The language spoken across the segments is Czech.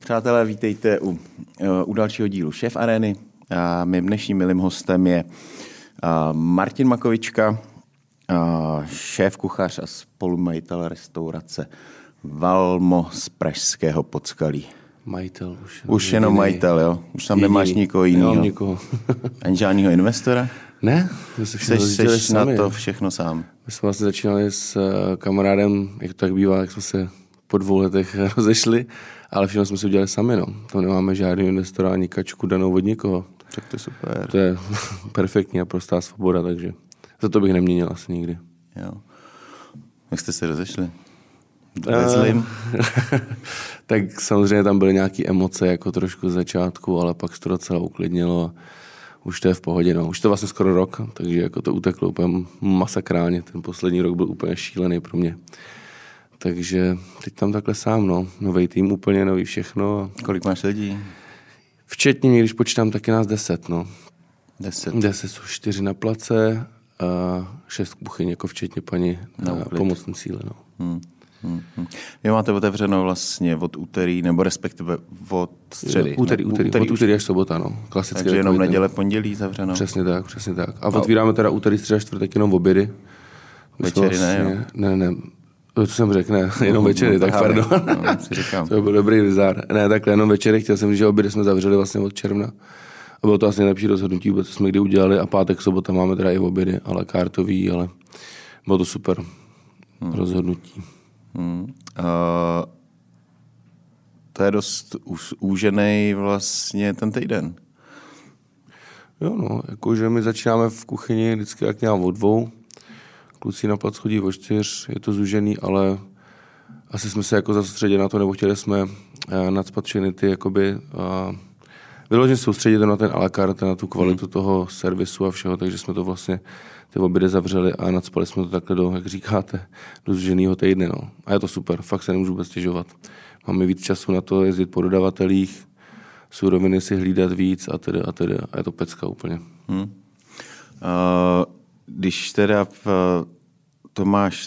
Přátelé, vítejte u dalšího dílu Šéf Arény. Mým dnešním milým hostem je Martin Makovička, šéf kuchař a spolumajitel restaurace Valmo z pražského Podskalí. Majitel už jenom majitel, jo? Už tam nemáš nikoho jiného. Nemám nikoho. Ani žádného investora? Ne, my se všechno Jsi na to všechno sám. My jsme vlastně začínali s kamarádem, jak to tak bývá, jak jsme se po 2 letech rozešli, ale všechno jsme si udělali sami, no. Tam nemáme žádný investora ani kačku danou od nikoho. Tak to je super. To je perfektní a prostá svoboda, takže za to bych neměnil asi nikdy. Jo. Jak jste se rozešli? Vezlim? Tak samozřejmě tam byly nějaké emoce jako trošku z začátku, ale pak se to docela uklidnilo a už to je v pohodě. No. Už to vlastně skoro rok, takže jako to uteklo úplně masakrálně. Ten poslední rok byl úplně šílený pro mě. Takže teď tam takhle sám, no. Nový tým, úplně nový všechno. Kolik máš lidí? Včetně mě, když počítám, tak je nás 10, no. 10 jsou 4 na place a 6 kuchyň, jako včetně paní na pomocné síle, no. Vy máte otevřeno vlastně od úterý, nebo respektive od středy. Úterý, od úterý až sobota, no. Klasicky. Takže jenom neděle, pondělí zavřeno. Přesně tak. A otvíráme teda úterý, středa, čtvrtek jenom v obědy. Večery ne, jo? Ne. To jsem řekl, ne, jenom večery, tak pardon. Si říkám. To byl dobrý vizár. Ne, takhle jenom večery, chtěl jsem říct, že obědy jsme zavřeli vlastně od června. A bylo to asi nejlepší rozhodnutí, co jsme kdy udělali a pátek, sobota máme teda i obědy, ale kartový, ale bylo to super rozhodnutí. To je dost úžený vlastně ten týden. Jo, no, jakože my začínáme v kuchyni vždycky jak nějak od 2. Kluci na plac chodí o 4, je to zúžený, ale asi jsme se jako soustředili na to, nebo chtěli jsme nacpat všechny ty jakoby vyloženě soustředit na ten à la carte, na tu kvalitu toho servisu a všeho, takže jsme to vlastně ty obědy zavřeli a nacpali jsme to takhle do, jak říkáte, do zúženýho týdne, no. A je to super, fakt se nemůžu vůbec stěžovat. Máme víc času na to jezdit po dodavatelích, suroviny si hlídat víc a tedy. A je to pecka úplně. Když teda to máš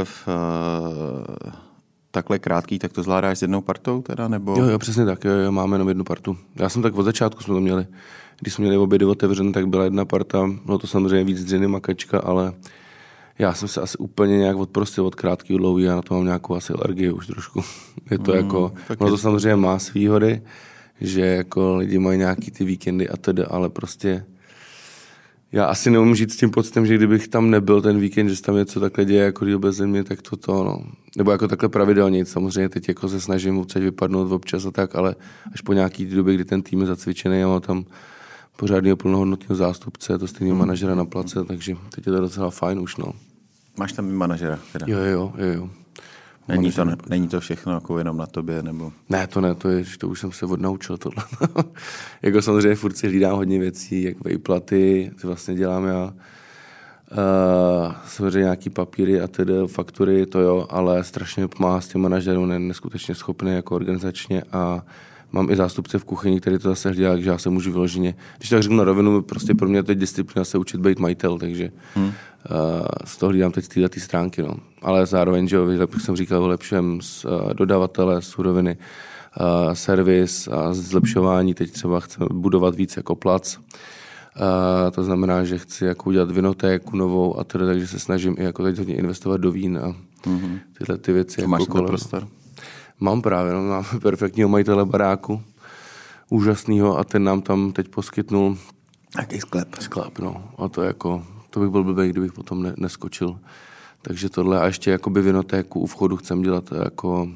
takhle krátký, tak to zvládáš s jednou partou teda, nebo? Jo, přesně tak, jo, máme jenom jednu partu. Já jsem tak od začátku jsme to měli. Když jsme měli obědy otevřené, tak byla jedna parta, bylo to samozřejmě víc dřiny, makačka, ale já jsem se asi úplně nějak odprostil od krátkého dlouhý, já na to mám nějakou asi alergii už trošku. Je to jako, no to samozřejmě má svý výhody, že jako lidi mají nějaký ty víkendy a tedy, ale prostě já asi neumím žít s tím pocitem, že kdybych tam nebyl ten víkend, že se tam něco takhle děje jako bez mě, tak to no. Nebo jako takhle pravidelně, samozřejmě teď jako se snažím odsaď vypadnout občas a tak, ale až po nějaký době, kdy ten tým je zacvičený a má tam pořádného plnohodnotného zástupce, to stejného manažera na place, takže teď je to docela fajn už, no. Máš tam i manažera? Teda. Jo. Není to všechno jako jenom na tobě, nebo? Ne, to už jsem se odnaučil tohle. Jako samozřejmě furt si hlídám hodně věcí, jak výplaty, co vlastně dělám já. Samozřejmě nějaký papíry a tedy faktury, to jo, ale strašně mi pomáhá s tím manažerem, neskutečně schopný jako organizačně a mám i zástupce v kuchyni, který to zase hlídá, takže já se můžu vyloženě, když tak řeknu na rovinu, prostě pro mě to je disciplína se učit být majitel, takže z toho hlídám teď z této stránky, no. Ale zároveň, že jak jsem říkal, vylepšujem dodavatele, suroviny, servis a zlepšování, teď třeba chceme budovat víc jako plac. To znamená, že chci jako udělat vinotéku novou a teda, takže se snažím i jako teď hodně investovat do vín a tyhle ty věci. Jako máš na to prostor? Mám právě, no, mám perfektního majitele baráku, úžasného a ten nám tam teď poskytnul jaký sklep, no. A to jako, to bych byl blbý, kdybych potom neskočil. Takže tohle a ještě jakoby vinotéku u vchodu chcem dělat jako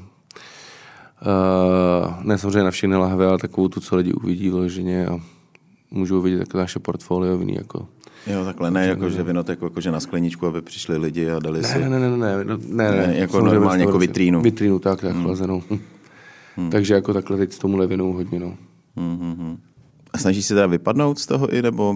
ne samozřejmě na všechny lahve, ale takovou tu, co lidi uvidí vloženě a můžou vidět jako naše portfolio viní jako. Jo, takhle ne, jako že vinotéku, jako že na skleničku, aby přišli lidi a dali si. Ne, jako normálně jako vitrínu. Vitrínu, tak chlazenou. Takže jako takhle teď tomu věnuju hodně, no. A snažíš se teda vypadnout z toho i, nebo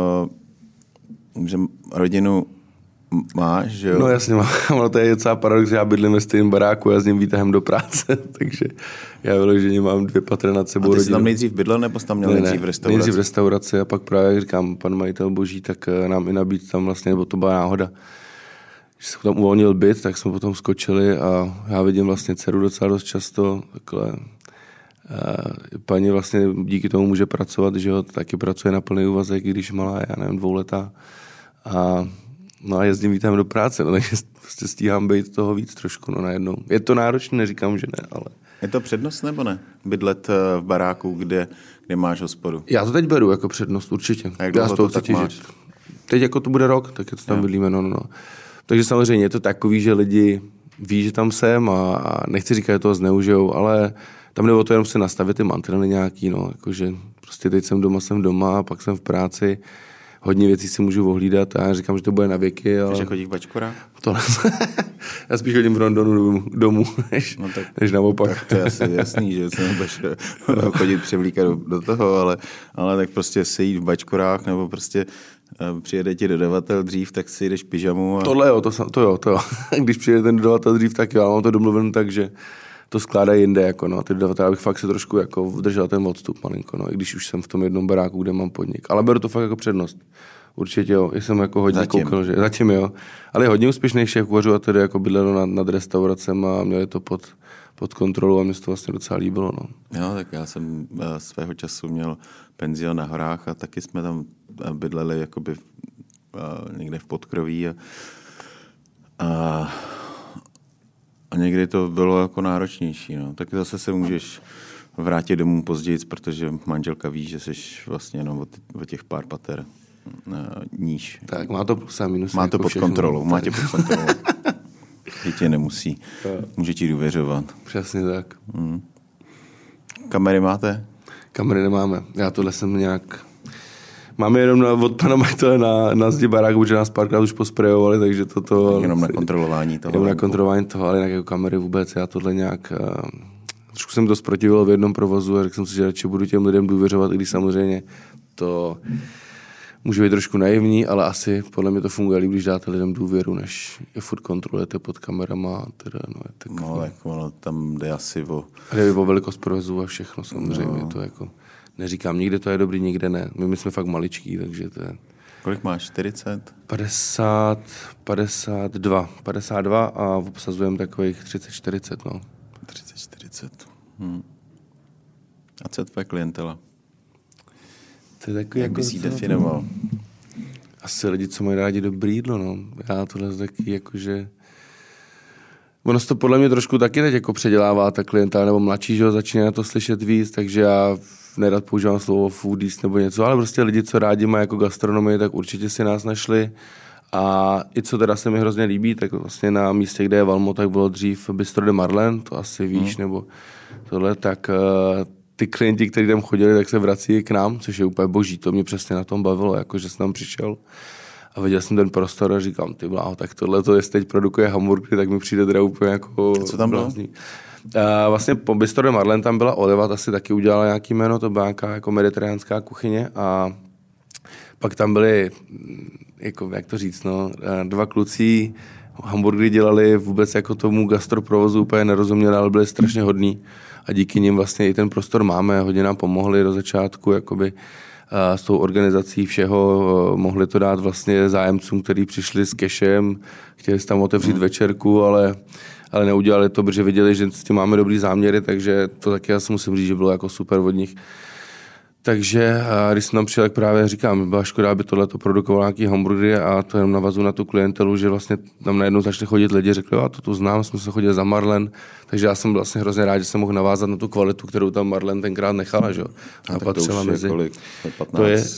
že rodinu máš, že jo? No jasně mám, ale to je docela paradox, že já bydlím ve stejném baráku a s ním výtahem do práce, takže já vyloženě mám 2 patra nad sebou. A ty jsi tam nejdřív bydlel, nebo jsi tam měl nejdřív v restauraci? Nejdřív v restauraci a pak právě, jak říkám, pan majitel boží, tak nám i nabít tam vlastně, nebo to byla náhoda. Když jsem tam uvolnil byt, tak jsme potom skočili a já vidím vlastně dceru docela dost často, takhle Paní vlastně díky tomu může pracovat, že jo, taky pracuje na plný úvazek, i když malá, já nevím, 2letá. No a jezdím vítám do práce, no, takže prostě stíhám být toho víc trošku, no najednou. Je to náročné, neříkám, že ne, ale... Je to přednost nebo ne? Bydlet v baráku, kde máš hospodu? Já to teď beru jako přednost, určitě. A jak dlouho to tak máš? Teď jako to bude rok, tak je to tam bydlíme, no. Takže samozřejmě je to takový, že lidi ví, že tam jsem a nechci říkat, že toho zneužijou, ale tam jde o to jenom si nastavit ty mantinely nějaký, no, jakože prostě teď jsem doma, pak jsem v práci, hodně věcí si můžu ohlídat a já říkám, že to bude na věky. Ale... Takže chodíš v bačkorách? Já spíš chodím v Rondonu domů, než naopak. Tak to je asi jasný, že se nebudeš chodit převlíkat do toho, ale tak prostě sejít v bačkorách nebo prostě přijede ti dodavatel dřív, tak si jdeš pyžamu. Tohle jo, to jo. Když přijede ten dodavatel dřív, tak jo, ale mám to domluven tak, že to skládají jinde, jako no. Ty dodavatelé bych fakt si trošku jako držel ten odstup malinko, no, i když už jsem v tom jednom baráku, kde mám podnik. Ale beru to fakt jako přednost. Určitě jo, jsem jako hodně koukal, že zatím jo. Ale je hodně úspěšný šéf kuchařů a tedy jako bydlelo nad restauracem a měli to pod kontrolou a mě to vlastně docela líbilo, no. Jo, tak já jsem svého času měl penzion na horách a taky jsme tam bydleli jakoby někde v podkroví a někdy to bylo jako náročnější. No. Tak zase se můžeš vrátit domů později, protože manželka ví, že jsi vlastně jenom o těch pár pater níž. Tak má to plus a minus. Má to pod kontrolou. Má tě pod kontrolou. Tě nemusí. Může ti důvěřovat. Přesně tak. Kamery máte? Kamery nemáme. Já tohle jsem nějak... Máme jenom od pana majitele na zdi baráku, protože nás párkrát už posprejovali, takže toto... Jenom na kontrolování toho. Jenom na kontrolování toho, ale jinak jako kamery vůbec. Já tohle nějak... Trošku jsem to zprotivil v jednom provozu a řekl jsem si, že radši budu těm lidem důvěřovat, i když samozřejmě to může být trošku naivní, ale asi podle mě to funguje líp, když dáte lidem důvěru, než je furt kontrolujete pod kamerama. Teda, tak ono tam jde asi jde o velikost provozu a všechno samozřejmě. To jako... Neříkám, nikde to je dobrý, nikde ne. My jsme fakt maličký, takže to je... Kolik máš? 40? 52 a obsazujeme takových 30-40, no. 30-40. A co je tvoje klientela? To je takový, jak bys jí definoval? Asi lidi, co mají rádi dobrý jídlo, no. Já tohle taky jakože... Ono se to podle mě trošku taky teď jako předělává ta klientela, nebo mladší, že ho začíná to slyšet víc, takže já nerad používám slovo foodies nebo něco, ale prostě lidi, co rádi mají jako gastronomii, tak určitě si nás našli. A i co teda se mi hrozně líbí, tak vlastně na místě, kde je Valmo, tak bylo dřív Bistro de Marlen, to asi víš, nebo tohle, tak ty klienti, kteří tam chodili, tak se vrací k nám, což je úplně boží, to mě přesně na tom bavilo, jako že jsem tam přišel a viděl jsem ten prostor a říkám, ty bláho, tak tohle to, jestli teď produkuje hamburgery, tak mi přijde teda úplně jako... Co tam bylo? Vlastně po Bistro de Marlen tam byla Oliva, asi taky udělala nějaký jméno, to byla nějaká jako mediteránska kuchyně a pak tam byli, jako, jak to říct, no, dva kluci, hamburgery dělali vůbec jako tomu gastroprovozu úplně nerozuměli, ale byli strašně hodní a díky nim vlastně i ten prostor máme, hodně nám pomohli do začátku, jakoby s tou organizací všeho, mohli to dát vlastně zájemcům, kteří přišli s kešem, chtěli si tam otevřít večerku, ale neudělali to, protože viděli, že s tím máme dobrý záměry, takže to taky já si musím říct, že bylo jako super od nich. Takže když jsem tam přijel, jak právě říkám, byla škoda, aby tohleto produkovalo nějaký hamburgery a to jenom navazu na tu klientelu, že vlastně tam najednou začali chodit lidi, řekli, já to znám, jsme se chodili za Marlen, takže já jsem vlastně hrozně rád, že jsem mohl navázat na tu kvalitu, kterou tam Marlen tenkrát nechala, že jo. A patřila mezi... Kolik? 15? To je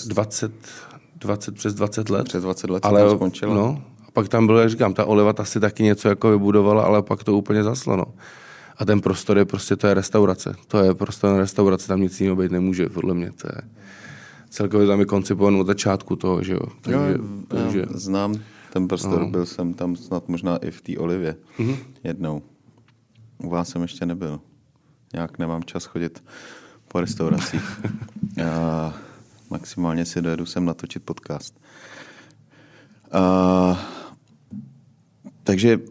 20 přes 20 let. Přes 20 let ale tam skončila. No, a pak tam bylo, jak říkám, ta Oliva asi taky něco jako vybudovala, ale pak to úplně zaslo, no. A ten prostor je prostě, to je restaurace. To je prostor na restaurace, tam nic jiného být nemůže, podle mě. To je celkově tam je koncipovaný od začátku toho, že jo. Takže... Já znám ten prostor, byl jsem tam snad možná i v té Olivě jednou. U vás jsem ještě nebyl. Nějak nemám čas chodit po restauracích. Já maximálně si dojedu sem natočit podcast. Takže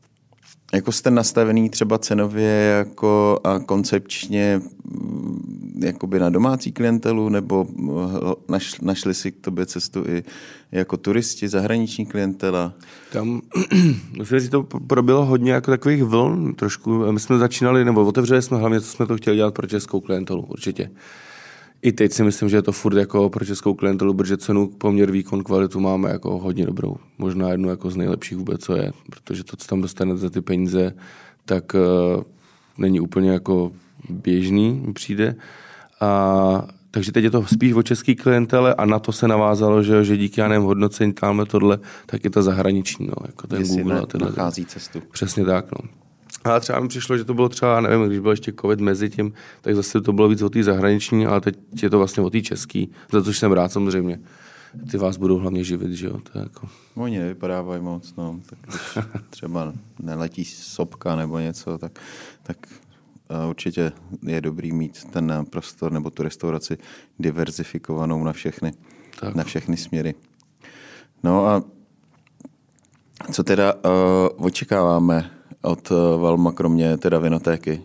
jako jste nastavený třeba cenově jako a koncepčně jakoby na domácí klientelu, nebo našli si k tobě cestu i jako turisti, zahraniční klientela? Tam, musím říct, to proběhlo hodně jako takových vln trošku. My jsme začínali, nebo otevřeli jsme hlavně, co jsme to chtěli dělat pro českou klientelu, určitě. I teď si myslím, že je to furt jako pro českou klientelu, protože cenu, poměr, výkon, kvalitu máme jako hodně dobrou. Možná jednu jako z nejlepších vůbec, co je, protože to, co tam dostanete za ty peníze, tak není úplně jako běžný, mi přijde. Takže teď je to spíš o český klientele a na to se navázalo, že díky, já nevím, hodnocení tamhle tohle, tak je ta zahraniční, no, jako ten Google a tyhle. Nachází cestu. Přesně tak, no. Ale třeba mi přišlo, že to bylo třeba, nevím, když byl ještě covid mezi tím, tak zase to bylo víc o té zahraniční, ale teď je to vlastně o té český, za což jsem rád samozřejmě. Ty vás budou hlavně živit, že jo? To je jako... Oni nevypadávají moc, no. Tak když třeba neletí sopka nebo něco, tak určitě je dobrý mít ten prostor nebo tu restauraci diverzifikovanou na všechny směry. No a co teda očekáváme od Valma, kromě teda vinotéky?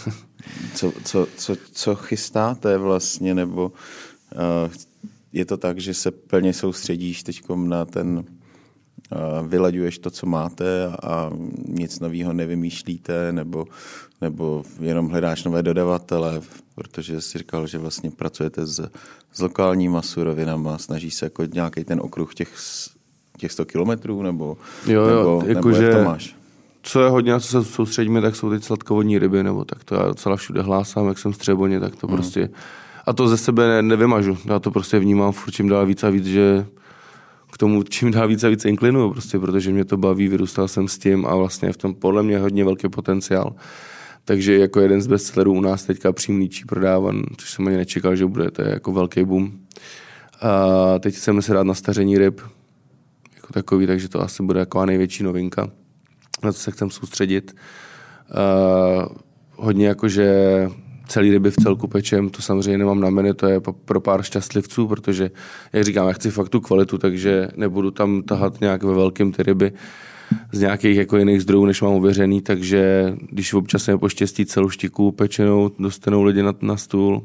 Co chystáte vlastně, nebo je to tak, že se plně soustředíš teďkom na ten, vylaďuješ to, co máte a nic nového nevymýšlíte, nebo jenom hledáš nové dodavatele, protože jsi říkal, že vlastně pracujete s lokálníma surovinama, snažíš se jako nějaký ten okruh těch 100 kilometrů, nebo jako jak to máš? Co je hodně, na co se soustředíme, tak jsou teď sladkovodní ryby, nebo tak to já docela všude hlásám, jak jsem v Třeboně, tak to prostě... A to ze sebe nevymažu. Já to prostě vnímám furt čím dál víc a víc, že k tomu čím dál víc a víc inklinuju, prostě, protože mě to baví, vyrůstal jsem s tím a vlastně v tom podle mě hodně velký potenciál. Takže jako jeden z bestsellerů u nás teďka přímlíčí prodávan, což jsem ani nečekal, že bude, to je jako velký boom. A teď chceme se dát na staření ryb, jako takový, takže to asi bude taková největší novinka. Na to se chcem soustředit. Hodně jakože celý ryby v celku pečem, to samozřejmě nemám na menu, to je pro pár šťastlivců, protože, jak říkám, já chci fakt tu kvalitu, takže nebudu tam tahat nějak ve velkém ty ryby z nějakých jako jiných zdrojů, než mám ověřený, takže když občas je poštěstí celou štiku pečenou, dostanou lidi na stůl.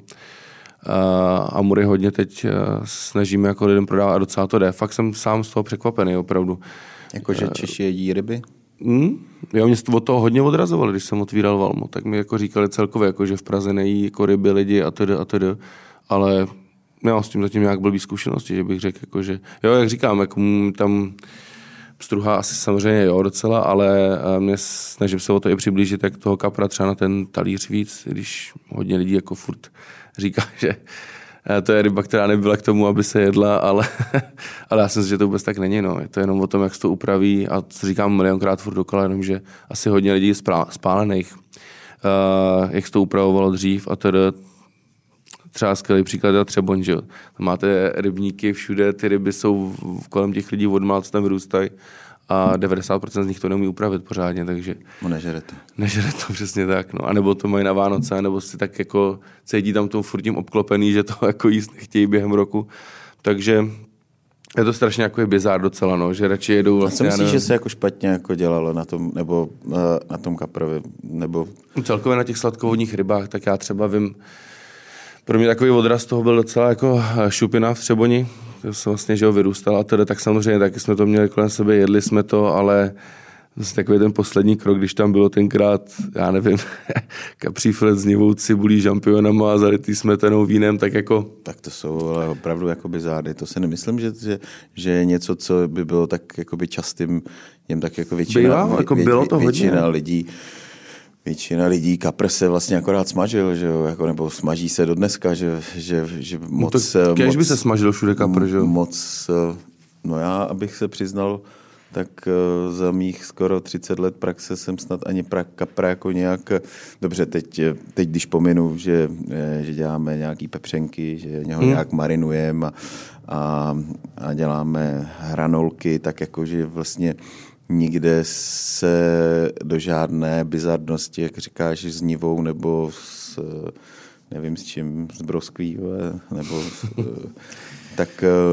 A mury hodně teď snažíme jako lidem prodávat a docela to jde. Fakt jsem sám z toho překvapený, opravdu. Jakože Češi jedí ryby? Já mě od toho hodně odrazovali, když jsem otvíral Valmo, tak mi jako říkali celkově, jako, že v Praze nejí jako ryby lidi a td. Ale nemám s tím zatím nějak blbý zkušenosti, že bych řekl, jako, že jo, jak říkám, jako tam pstruha asi samozřejmě jo docela, ale mě snažím se o to i přiblížit, jak toho kapra třeba na ten talíř víc, když hodně lidí jako furt říká, že to je ryba, která nebyla k tomu, aby se jedla, ale já si myslím, že to vůbec tak není. No. Je to jenom o tom, jak se to upraví a co říkám milionkrát furt dokola, jenom, že asi hodně lidí je spálených, jak se to upravovalo dřív a tedy třeba skvělý příklad je Třeboň, že jo. Máte rybníky všude, ty ryby jsou kolem těch lidí odmál, co tam vyrůstají a 90% z nich to neumí upravit pořádně, takže... Nežere to. Nežere to, přesně tak, no. A nebo to mají na Vánoce, nebo si tak jako cítí tam tom furt tím obklopený, že to jako jíst nechtějí během roku. Takže je to strašně jako bizár docela, no, že radši jedou vlastně... A co myslíš, že se jako špatně jako dělalo na tom, nebo na tom kaprovi, nebo... Celkově na těch sladkovodních rybách, tak já třeba vím, pro mě takový odraz toho byl docela jako šupina v Třeboni, to jsem vlastně, že ho vyrůstal a tedy, tak samozřejmě taky jsme to měli kolem sebe, jedli jsme to, ale zase takový ten poslední krok, když tam bylo tenkrát, já nevím, kapří filet s nivou cibulí, žampionama a zalitý smetanou vínem, tak jako... Tak to jsou ale opravdu jako bizáry, to si nemyslím, že je něco, co by bylo tak jakoby častým, jem tak jako většina lidí. Většina lidí kapr se vlastně akorát smažil, že jo, jako, nebo smaží se do dneska, že moc... No to by se smažil všude kapr, že jo? Moc, no já, abych se přiznal, tak za mých skoro 30 let praxe jsem snad ani kapra jako nějak... Dobře, teď když pominu, že děláme nějaký pepřenky, že něho nějak marinujeme a děláme hranolky, tak jakože vlastně nikde se do žádné bizarnosti, jak říkáš, s nivou nebo s, nevím s čím, s broskví, nebo tak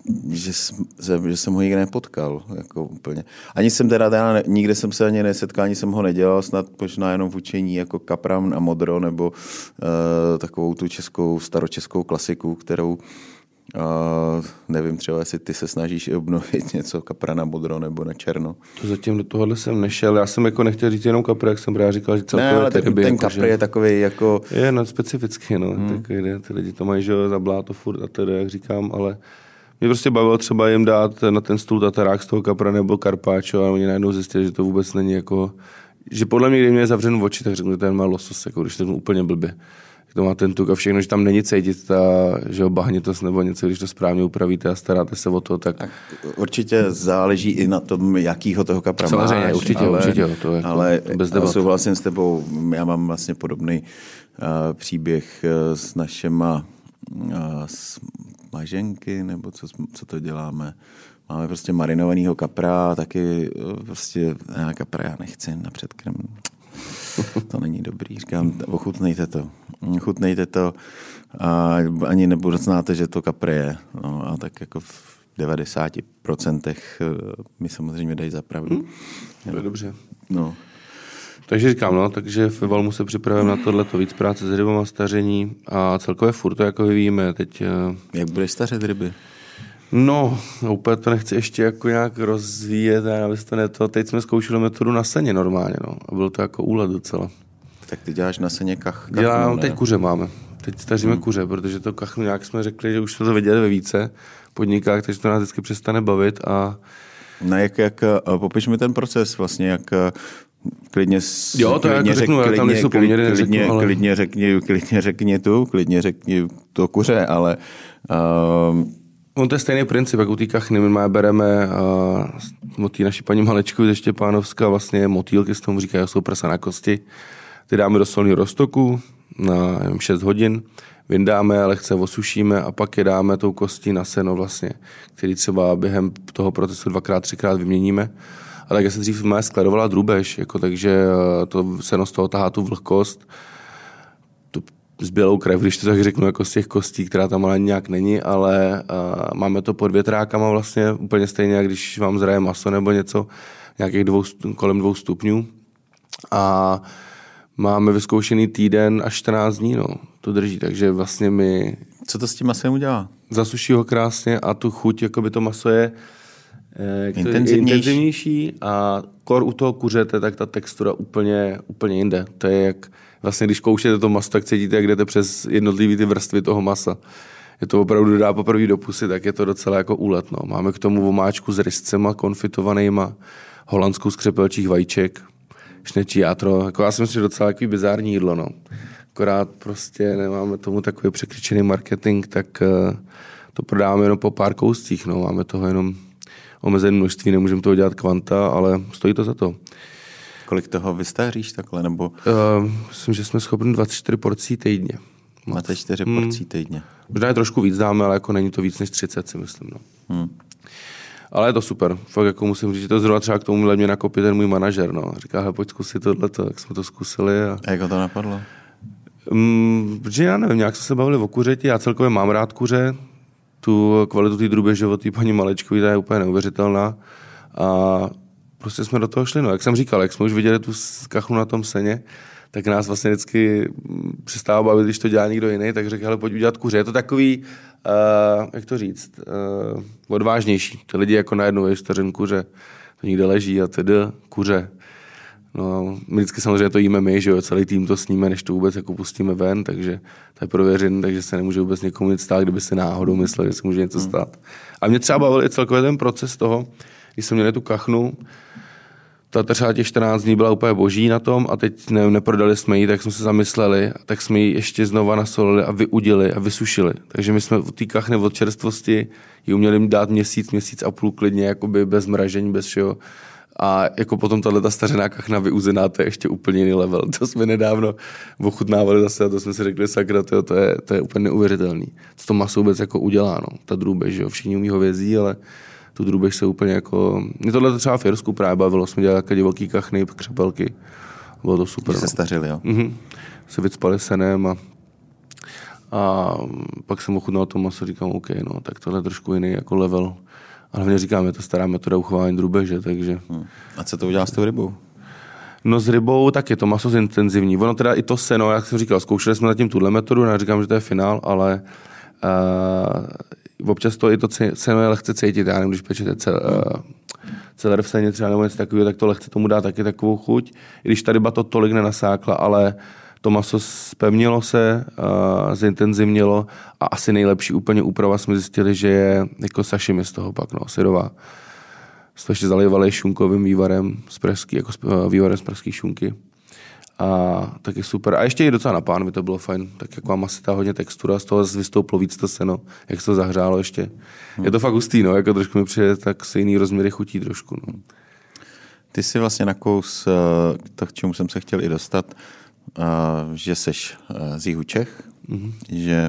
že jsem ho nikdy nepotkal, jako úplně. Ani jsem nikde jsem se ani nesetkal, ani jsem ho nedělal, snad možná jenom v učení jako kapran a modro, nebo takovou tu staročeskou klasiku, kterou nevím, třeba jestli ty se snažíš i obnovit něco kapra na modro nebo na černo. To zatím do tohohle jsem nešel. Já jsem jako nechtěl říct jenom kapra, jak jsem právě říkal, že celkově ne, ale ten jako, kapr je takový jako... Je specifický, takový, ty lidi to mají, že za bláto furt a tedy, jak říkám, ale mě prostě bavilo třeba jim dát na ten stůl tatarák z toho kapra nebo karpáčo a oni najednou zjistili, že to vůbec není jako... Že podle mě, když mě je zavřen v oči, tak řeknu, že ten má losos, jako když to úplně blbě. To má ten tuk a všechno, že tam není cítit že bahnitost nebo něco, když to správně upravíte a staráte se o to, tak... Určitě záleží i na tom, jakýho toho kapra máš. Samozřejmě, určitě. To jako ale bez debat. Souhlasím s tebou, já mám vlastně podobný příběh s našima smaženky, nebo co to děláme. Máme prostě marinovanýho kapra, taky prostě kapra já nechci na předkrm. To není dobrý. Říkám, ochutnejte to a ani znáte, že to kapr je. No, a tak jako v 90% mi samozřejmě dají za pravdu. To je dobře. No. Takže říkám, takže ve Valmu se připravujeme na tohleto, víc práce s rybama, staření a celkově furt to jako vyvíjíme. Teď, jak budeš stařit ryby? No, úplně to nechci ještě jako nějak rozvíjet, teď jsme zkoušeli metodu na seně normálně, a bylo to jako úlet docela. Tak ty děláš na seně kachnu, dělám, teď kuře máme, teď staříme kuře, protože to kachnu nějak jsme řekli, že už jsme to viděli ve více podnikách, takže to nás vždycky přestane bavit a... No jak popiš mi ten proces vlastně, jak... Klidně řekni to kuře, ale... On to je stejný princip, jak u té kachny. My bereme od té naší paní Malečku ze Štěpánovska vlastně motýlky, s tomu říkají, jsou prsa na kosti. Ty dáme do solného roztoku na 6 hodin, vyndáme, lehce osušíme a pak je dáme tou kostí na seno vlastně, který třeba během toho procesu 2x, 3x vyměníme. A tak se dřív má skladovala drůbež, takže to seno z toho tahá tu vlhkost, s bělou krev, když to tak řeknu, jako z těch kostí, která tam ale nějak není, ale máme to pod větrákama vlastně úplně stejně, jak když vám zraje maso nebo něco, nějakých kolem 2 stupňů. A máme vyzkoušený týden až 14 dní, to drží, takže vlastně my... Co to s tím masem udělá? Zasuší ho krásně a tu chuť, jakoby to maso je intenzivnější a u toho kuřete, tak ta textura úplně jinde. To je jak vlastně, když koušete to maso, tak cítíte, jak jdete přes jednotlivý ty vrstvy toho masa. Je to opravdu dá poprvé do pusy, tak je to docela jako úlet. Máme k tomu vomáčku s ryscema konfitovanýma, holandskou z křepelčích vajíček, šnečí játro. Já si myslím, že docela takový bizární jídlo. Akorát prostě nemáme tomu takový překryčený marketing, tak to prodáváme jenom po pár kouscích. Máme toho jenom omezené množství, nemůžeme toho dělat kvanta, ale stojí to za to. Kolik toho vystáříš takhle, nebo? Myslím, že jsme schopni 24 porcí týdně. 24 porcí týdně. Možná je trošku víc dáme, ale jako není to víc než 30, si myslím. Ale je to super. Fakt jako musím říct, že to zrovna třeba k tomu mě nakopí ten můj manažer. Říká, pojď zkusit tohleto, jak jsme to zkusili. A jak ho to napadlo? Protože já nevím, nějak jsme se bavili o kuřeti, já celkově mám rád kuře, tu kvalitu té drůbeže od té paní Malečkové, ta je úplně neuvěřitelná. A prostě jsme do toho šli. Jak jsem říkal, jak jsme už viděli tu kachnu na tom seně, tak nás vlastně vždycky přestává bavit, když to dělá někdo jiný, tak řekl, hele, pojď udělat kuře. Je to takový, jak to říct, odvážnější. Ty lidi jako najednou je stařen kuře, to někde leží a tedy kuře. My vždycky samozřejmě to jíme my, že jo, celý tým to sníme, než to vůbec jako pustíme ven, takže to je prověřený, takže se nemůže vůbec někomu nic stát, kdyby si náhodou myslel, že se může něco stát. A mě třeba bavil i celkově ten proces toho, když jsme měli tu kachnu, ta třeba těch 14 dní byla úplně boží na tom a teď neprodali jsme ji, tak jsme se zamysleli, tak jsme ji ještě znova nasolili a vyudili a vysušili. Takže my jsme u té kachny od čerstvosti ji uměli dát měsíc a půl klidně, jakoby bez mražení, bez všeho. A jako potom tato stařená kachna vyuzená, to je ještě úplně jiný level. To jsme nedávno ochutnávali zase a to jsme si řekli, sakra, to je úplně neuvěřitelný. Co to maso vůbec jako udělá, ta drůbež, že jo, všichni umí hovězí, ale tu drůbež se úplně jako... Mě tohle třeba v Jirsku právě bavilo, jsme dělali takové divoký kachny, křepelky. Bylo to super. Že se stařili, jo? Se vycpali senem A pak jsem ochutnal to maso, říkám, OK, no, tak tohle je trošku jiný jako level. A hlavně říkám, je to stará metoda uchování drůbeže, takže... A co to udělá s tou rybou? No s rybou tak je to maso zintenzivní. Ono teda i to seno, jak jsem říkal, zkoušeli jsme zatím tuhle metodu, já říkám, že to je finál, ale občas to i to seno je lehce cítit. Já nevím, když pečete celer v seně třeba nebo něco takového, tak to lehce tomu dá taky takovou chuť. I když ta ryba to tolik nenasákla, ale to maso spevnilo se, zintenzivnilo a asi nejlepší úplně úprava jsme zjistili, že je jako sashimi z toho pak, no, syrová. To ještě zalivali šunkovým vývarem z pražský, jako vývarem z pražský šunky. A taky super. A ještě i docela na pánvi to bylo fajn. Tak jak mám asi ta hodně textura, z toho vystouplo víc to seno, jak se to zahřálo ještě. Je to fakt hustý, no, jako trošku mi přijde, tak se jiný rozměry chutí trošku, no. Ty jsi vlastně nakous to, k čemu jsem se chtěl i dostat, že seš z jihu Čech, že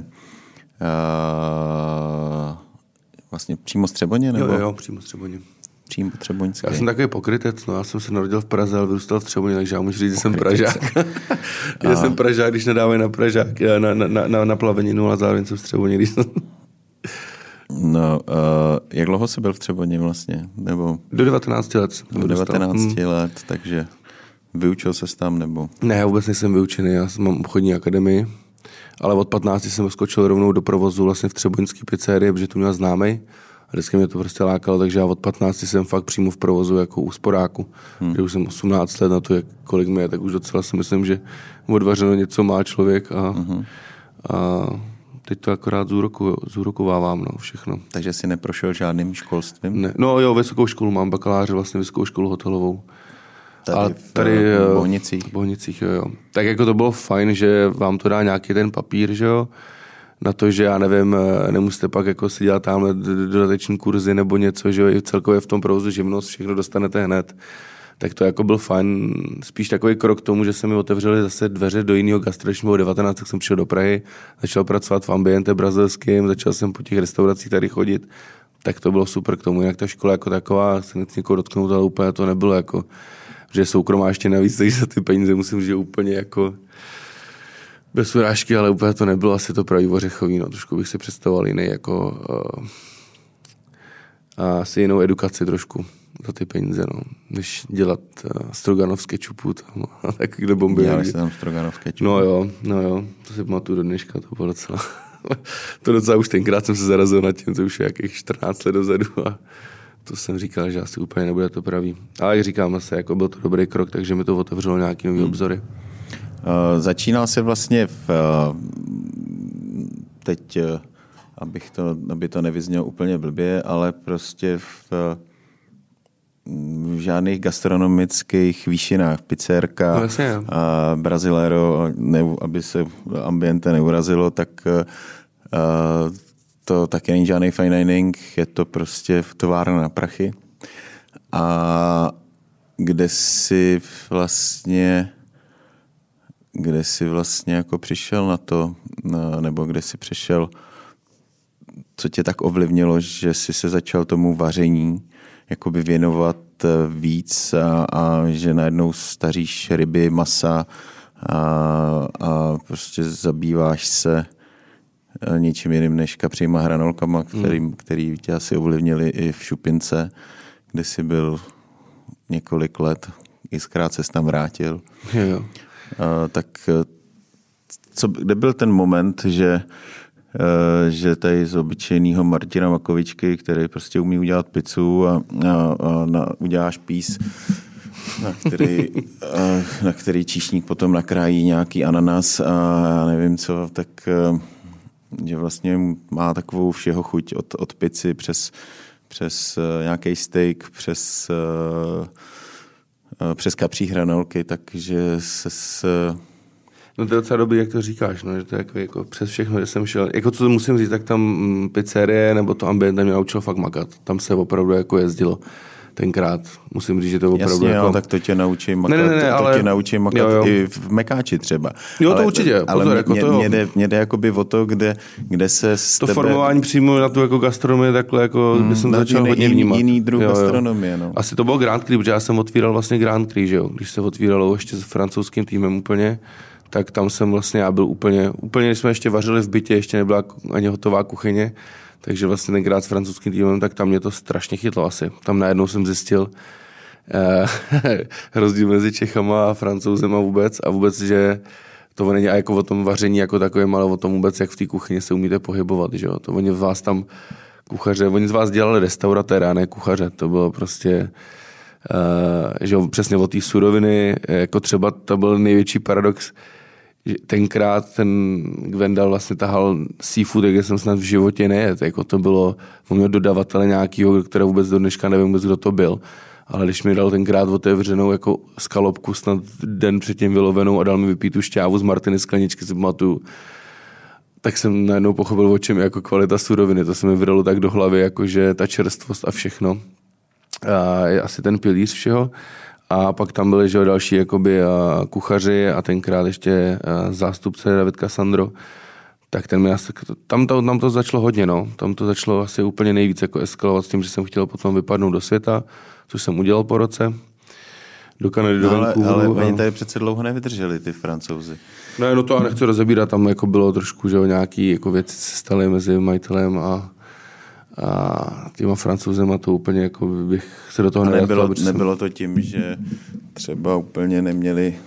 vlastně přímo z Třeboně, nebo? Jo, přímo z Třeboně. Přímo Třeboňský. Já jsem takový pokrytec, no, já jsem se narodil v Praze, ale vyrůstal v Třeboně, takže já můžu říct, že jsem Pražák. Já jsem Pražák, když nedávají na Pražák, na plaveninu, a zároveň jsem v Třeboně, když jsem... No, jak dlouho jsi byl v Třeboně vlastně? Nebo... Do 19 let. Do 19 let, takže vyučil ses tam, nebo? Ne, já vůbec nejsem vyučený, já mám obchodní akademii, ale od 15 jsem skočil rovnou do provozu vlastně v třeboňský pizzerii, protože tu měl známej. A vždycky mě to prostě lákalo, takže já od 15 jsem fakt přímo v provozu jako úsporáku. Že už jsem 18 let na to, jak kolik mi je, tak už docela si myslím, že odvařeno něco má člověk a teď to akorát zúrokovávám, no, všechno. Takže jsi neprošel žádným školstvím? Ne. No jo, vysokou školu mám, bakaláře, vlastně vysokou školu hotelovou. Tady v Bohnicích? V Bohnicích, jo. Tak jako to bylo fajn, že vám to dá nějaký ten papír, že jo, na to, že já nevím, nemusíte pak jako si dělat tamhle dodateční kurzy nebo něco, že jo, i celkově v tom provozu živnost, všechno dostanete hned. Tak to jako byl fajn, spíš takový krok k tomu, že se mi otevřely zase dveře do jiného gastra, když mi bylo 19, tak jsem přišel do Prahy, začal pracovat v ambiente brazilským, začal jsem po těch restauracích tady chodit, tak to bylo super k tomu, jinak ta škola jako taková, se nechci někoho dotknout, ale úplně to nebylo jako, že je soukromá ještě navíc, takže za ty peníze musím říct, že úplně jako bez urážky, ale úplně to nebylo asi to pravý ořechový, no, trošku bych si představoval jiný jako asi jinou edukaci trošku za ty peníze, no, než dělat stroganov z kečupu tam, a takovýhle bomby. Dělali jsi tam stroganov z kečupu. No jo, to si pamatuju do dneška, to bylo docela, to docela už tenkrát jsem se zarazil nad tím, to už je jakých 14 let dozadu a to jsem říkal, že asi úplně nebude to pravý. Ale jak říkám, zase jako byl to dobrý krok, takže mi to otevřelo nějaký nový obzory. Začínal se vlastně teď, aby to nevyznělo úplně blbě, ale prostě v žádných gastronomických výšinách, pizzerka, Brazilero, aby se ambiente neurazilo, tak to taky není žádný fine dining, je to prostě továrna na prachy. A kde si vlastně jako přišel na to, nebo kde si přišel, co tě tak ovlivnilo, že jsi se začal tomu vaření jakoby věnovat víc a že najednou staříš ryby, masa a prostě zabýváš se něčím jiným než kapříma hranolkama, který tě asi ovlivnili i v Šupince, kde jsi byl několik let, i zkrát ses tam vrátil. Jo. Tak kde byl ten moment, že tady z obyčejného Martina Makovičky, který prostě umí udělat pizzu a uděláš pís, na který číšník potom nakrájí nějaký ananas a já nevím co, tak že vlastně má takovou všeho chuť od pizzy přes nějaký steak, přes kapří hranolky, takže No to je docela dobrý, jak to říkáš, no, že to je jako přes všechno, že jsem šel. Jako co musím říct, tak tam pizzerie nebo to ambiente mě naučilo fakt makat. Tam se opravdu jako jezdilo tenkrát. Musím říct, že to opravdu jasně, jako... no, tak to tě naučím makat, tě naučím makat jo. I v Mekáči třeba. Jo, to určitě, pozor, ale jako to jo. Mě jde jakoby o to, kde se z to tebe... formování přímo na tu jako gastronomii takhle jako, by jsem začal hodně vnímat. Jiný druh gastronomie, no. Asi to bylo Grand Cru, protože já jsem otvíral vlastně Grand Cru, že jo, když se otvíralo ještě s francouzským týmem úplně, tak tam jsem vlastně já byl úplně, když jsme ještě vařili v bytě, ještě nebyla ani hotová kuchyně, takže vlastně tenkrát s francouzským týmem, tak tam mě to strašně chytlo asi. Tam najednou jsem zjistil rozdíl mezi Čechama a Francouzem a vůbec, že to není jako o tom vaření jako takovém, ale o tom vůbec, jak v té kuchyni se umíte pohybovat, že jo. To oni z vás tam kuchaře, oni z vás dělali restauratéra, ne kuchaře, to bylo prostě že přesně od té suroviny, jako třeba to byl největší paradox, že tenkrát ten Gwendal vlastně tahal seafood, jak jsem snad v životě nejet, jako to bylo, on měl dodavatele nějakýho, které vůbec do dneška nevím vůbec, kdo to byl, ale když mi dal tenkrát otevřenou jako skalopku snad den předtím vylovenou a dal mi vypít tu šťávu z Martiny skleničky, si pamatuju, tak jsem najednou pochopil, o čem je jako kvalita suroviny, to se mi vydalo tak do hlavy, jakože ta čerstvost a všechno. Je asi ten pilíř všeho. A pak tam byli že další jakoby, kuchaři a tenkrát ještě zástupce David Cassandro. Tak tam to začalo hodně, no. Tam to začalo asi úplně nejvíc jako eskalovat s tím, že jsem chtěl potom vypadnout do světa, což jsem udělal po roce. Do Kanady, do Vancouveru. Ale oni tady přece dlouho nevydrželi, ty Francouzi. No to já nechci rozebírat, tam jako bylo trošku, že nějaký jako věci se staly mezi majitelem a těma Francouzema, to úplně jako bych se do toho nebylo to tím, že třeba úplně neměli,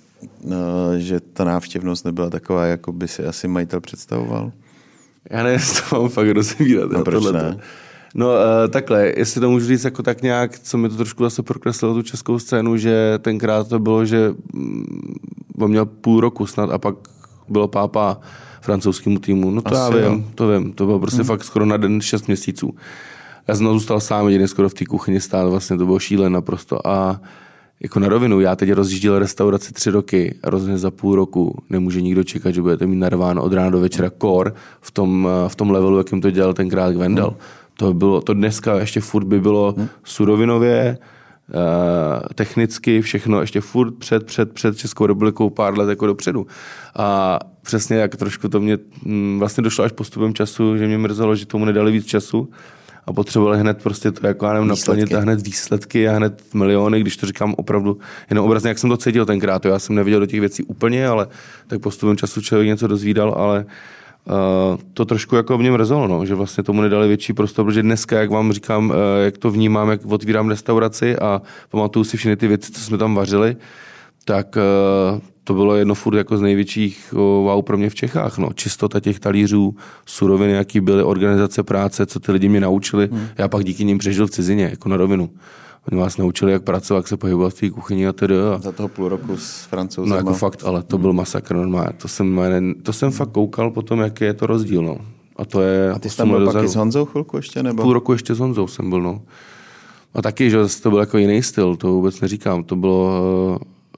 že ta návštěvnost nebyla taková, jako by si asi majitel představoval? Já nevím, to mám fakt rozebírat. No proč ne? No takhle, jestli to můžu říct jako tak nějak, co mi to trošku zase prokreslilo tu českou scénu, že tenkrát to bylo, že on měl půl roku snad a pak bylo pápa francouzskému týmu. No to asi já vím, to bylo prostě fakt skoro na den 6 měsíců. Já jsem zůstal sám jediný skoro v té kuchyni stát, vlastně to bylo šílené naprosto a jako na rovinu, já teď rozjížděl restauraci 3 roky a rozhodně za půl roku nemůže nikdo čekat, že budete mít narváno od rána do večera core v tom levelu, jakým to dělal tenkrát Gwendal. To dneska ještě furt by bylo surovinově, technicky všechno ještě furt před Českou republikou pár let jako dopředu. A přesně jak trošku to mě vlastně došlo až postupem času, že mě mrzelo, že tomu nedali víc času a potřebovali hned prostě to jako já nevím naplnit a hned výsledky a hned miliony, když to říkám opravdu jenom obrazně, jak jsem to cítil tenkrát. Já jsem neviděl do těch věcí úplně, ale tak postupem času člověk něco dozvídal, ale to trošku jako mě mrzelo, no, že vlastně tomu nedali větší prostor, protože dneska, jak vám říkám, jak to vnímám, jak otvírám restauraci a pamatuju si všechny ty věci, co jsme tam vařili, tak to bylo jedno furt jako z největších wow pro mě v Čechách. No. Čistota těch talířů, suroviny, jaký byly, organizace práce, co ty lidi mě naučili. Já pak díky nim přežil v cizině, jako na rovinu. Oni vás naučili, jak pracovat, jak se pohybovat v té kuchyni a tedy. Za toho půl roku s Francouzem. No jako fakt, ale to byl masakr normálně. To jsem fakt koukal potom, jaký je to rozdíl. No. A to je. A ty jsi tam byl pak i s Honzou chvilku ještě? Nebo? Půl roku ještě s Honzou jsem byl, no. A taky, že to byl jako jiný styl, to vůbec neříkám. To bylo...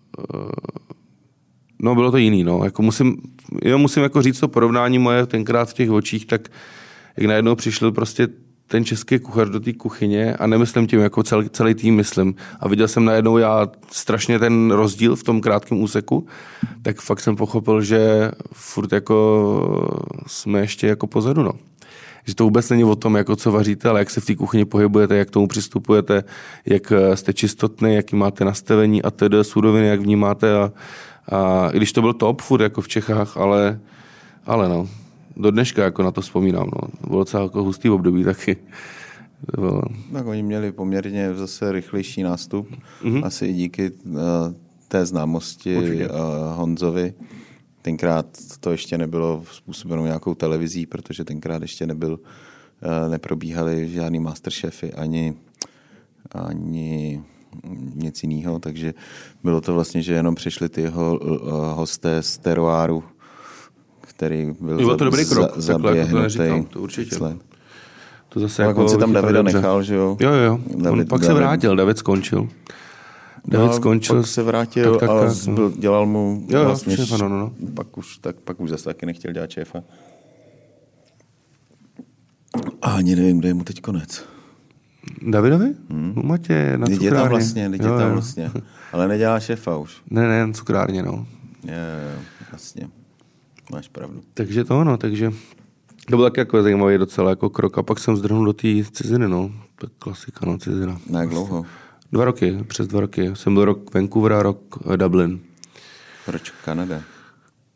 No, bylo to jiný, no. Jako musím jako říct to porovnání moje tenkrát v těch očích, tak jak najednou přišel prostě ten český kuchař do té kuchyně a nemyslím tím jako celý tým myslím. A viděl jsem najednou já strašně ten rozdíl v tom krátkém úseku, tak fakt jsem pochopil, že furt jako jsme ještě jako pozadu, no. Že to vůbec není o tom, jako co vaříte, ale jak se v té kuchyni pohybujete, jak k tomu přistupujete, jak jste čistotný, jaký máte nastavení a tedy suroviny, jak vnímáte a i když to byl top food jako v Čechách, ale no, do dneška jako na to vzpomínám, no. To bylo docela jako hustý období taky. Tak oni měli poměrně zase rychlejší nástup, asi i díky té známosti Honzovi. Tenkrát to ještě nebylo způsobeno nějakou televizí, protože tenkrát ještě neprobíhaly žádný masterchefy ani nic jiného, takže bylo to vlastně, že jenom přišli ty jeho hosté z teroáru, který byl to dobrý krok, zaběhnutý. To určitě. To zase jako on si tam Davida nechal, že jo? Jo. Pak se vrátil, David skončil. Pak se vrátil a dělal mu vlastně šéfa, no. Pak už zase taky nechtěl dělat šéfa. A ani nevím, kde je mu teď konec. Davidovi? Matě na cukrárně. Teď je tam vlastně. Ale nedělá šéfa už. Ne, cukrárně, no. Jo, vlastně. Máš pravdu. Takže to byl taky jako zajímavý docela jako krok. A pak jsem zdrhnul do té ciziny, no. Tak klasika, no, cizina. Na jak dlouho? Přes 2 roky. Jsem byl rok Vancouver a rok Dublin. Proč Kanada?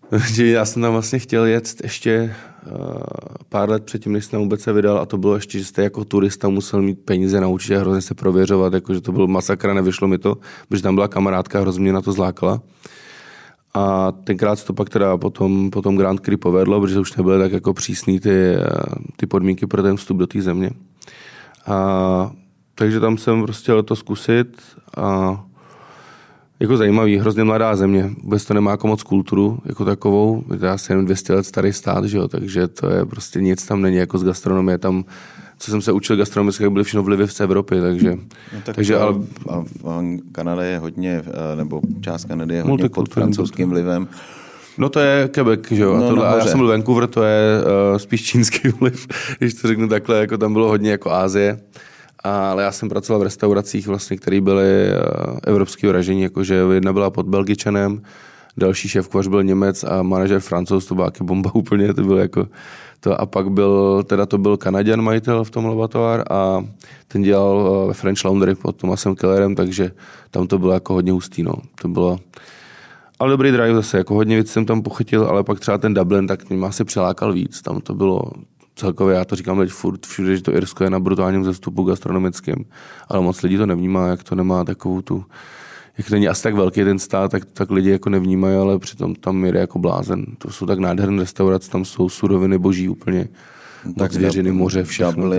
Já jsem tam vlastně chtěl jet ještě pár let předtím, než jsem vůbec se vydal, a to bylo ještě, že jste jako turista musel mít peníze na účtě a hrozně se prověřovat, jakože to byl masakra, nevyšlo mi to, protože tam byla kamarádka, hrozně mě na to zlákala. A tenkrát to pak teda potom Grand Prix povedlo, protože už nebyly tak jako přísný ty podmínky pro ten vstup do té země. A takže tam jsem prostě chtěl to zkusit a jako zajímavý, hrozně mladá země, vůbec to nemá jako moc kulturu jako takovou, je to asi jen 200 let starý stát, že jo? Takže to je prostě nic tam není jako z gastronomie, tam, co jsem se učil gastronomicky, byly všechno vlivy z Evropy, takže... No takže ale Kanada je hodně, nebo část Kanady je hodně pod francouzským vlivem. No to je Quebec, že jo? No, já jsem byl Vancouver, to je spíš čínský vliv, když to řeknu takhle, jako tam bylo hodně jako Asie. Ale já jsem pracoval v restauracích, vlastně, které byly evropského ražení, jakože jedna byla pod Belgičanem, další šéfkuchař byl Němec a manažer Francouz, to byla taky bomba úplně, to bylo jako to. A pak to byl Kanaďan majitel v tom laboratoire a ten dělal ve French Laundry pod Thomasem Kellerem, takže tam to bylo jako hodně hustý, no. To bylo, ale dobrý drive zase, jako hodně věcí jsem tam pochytil, ale pak třeba ten Dublin, tak mě asi přilákal víc, tam to bylo celkově, já to říkám teď furt všude, že to Irsko je na brutálním vzestupu gastronomickým, ale moc lidí to nevnímá, jak to nemá takovou tu, jak není asi tak velký ten stát, tak lidi jako nevnímají, ale přitom tam jde jako blázen. To jsou tak nádherné restaurace, tam jsou suroviny boží úplně, tak zvěřiny, moře, všechno.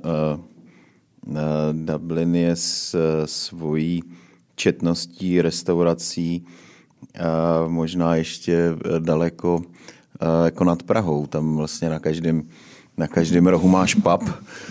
Dublin je s svojí četností restaurací možná ještě daleko jako nad Prahou, tam vlastně na každém rohu máš pub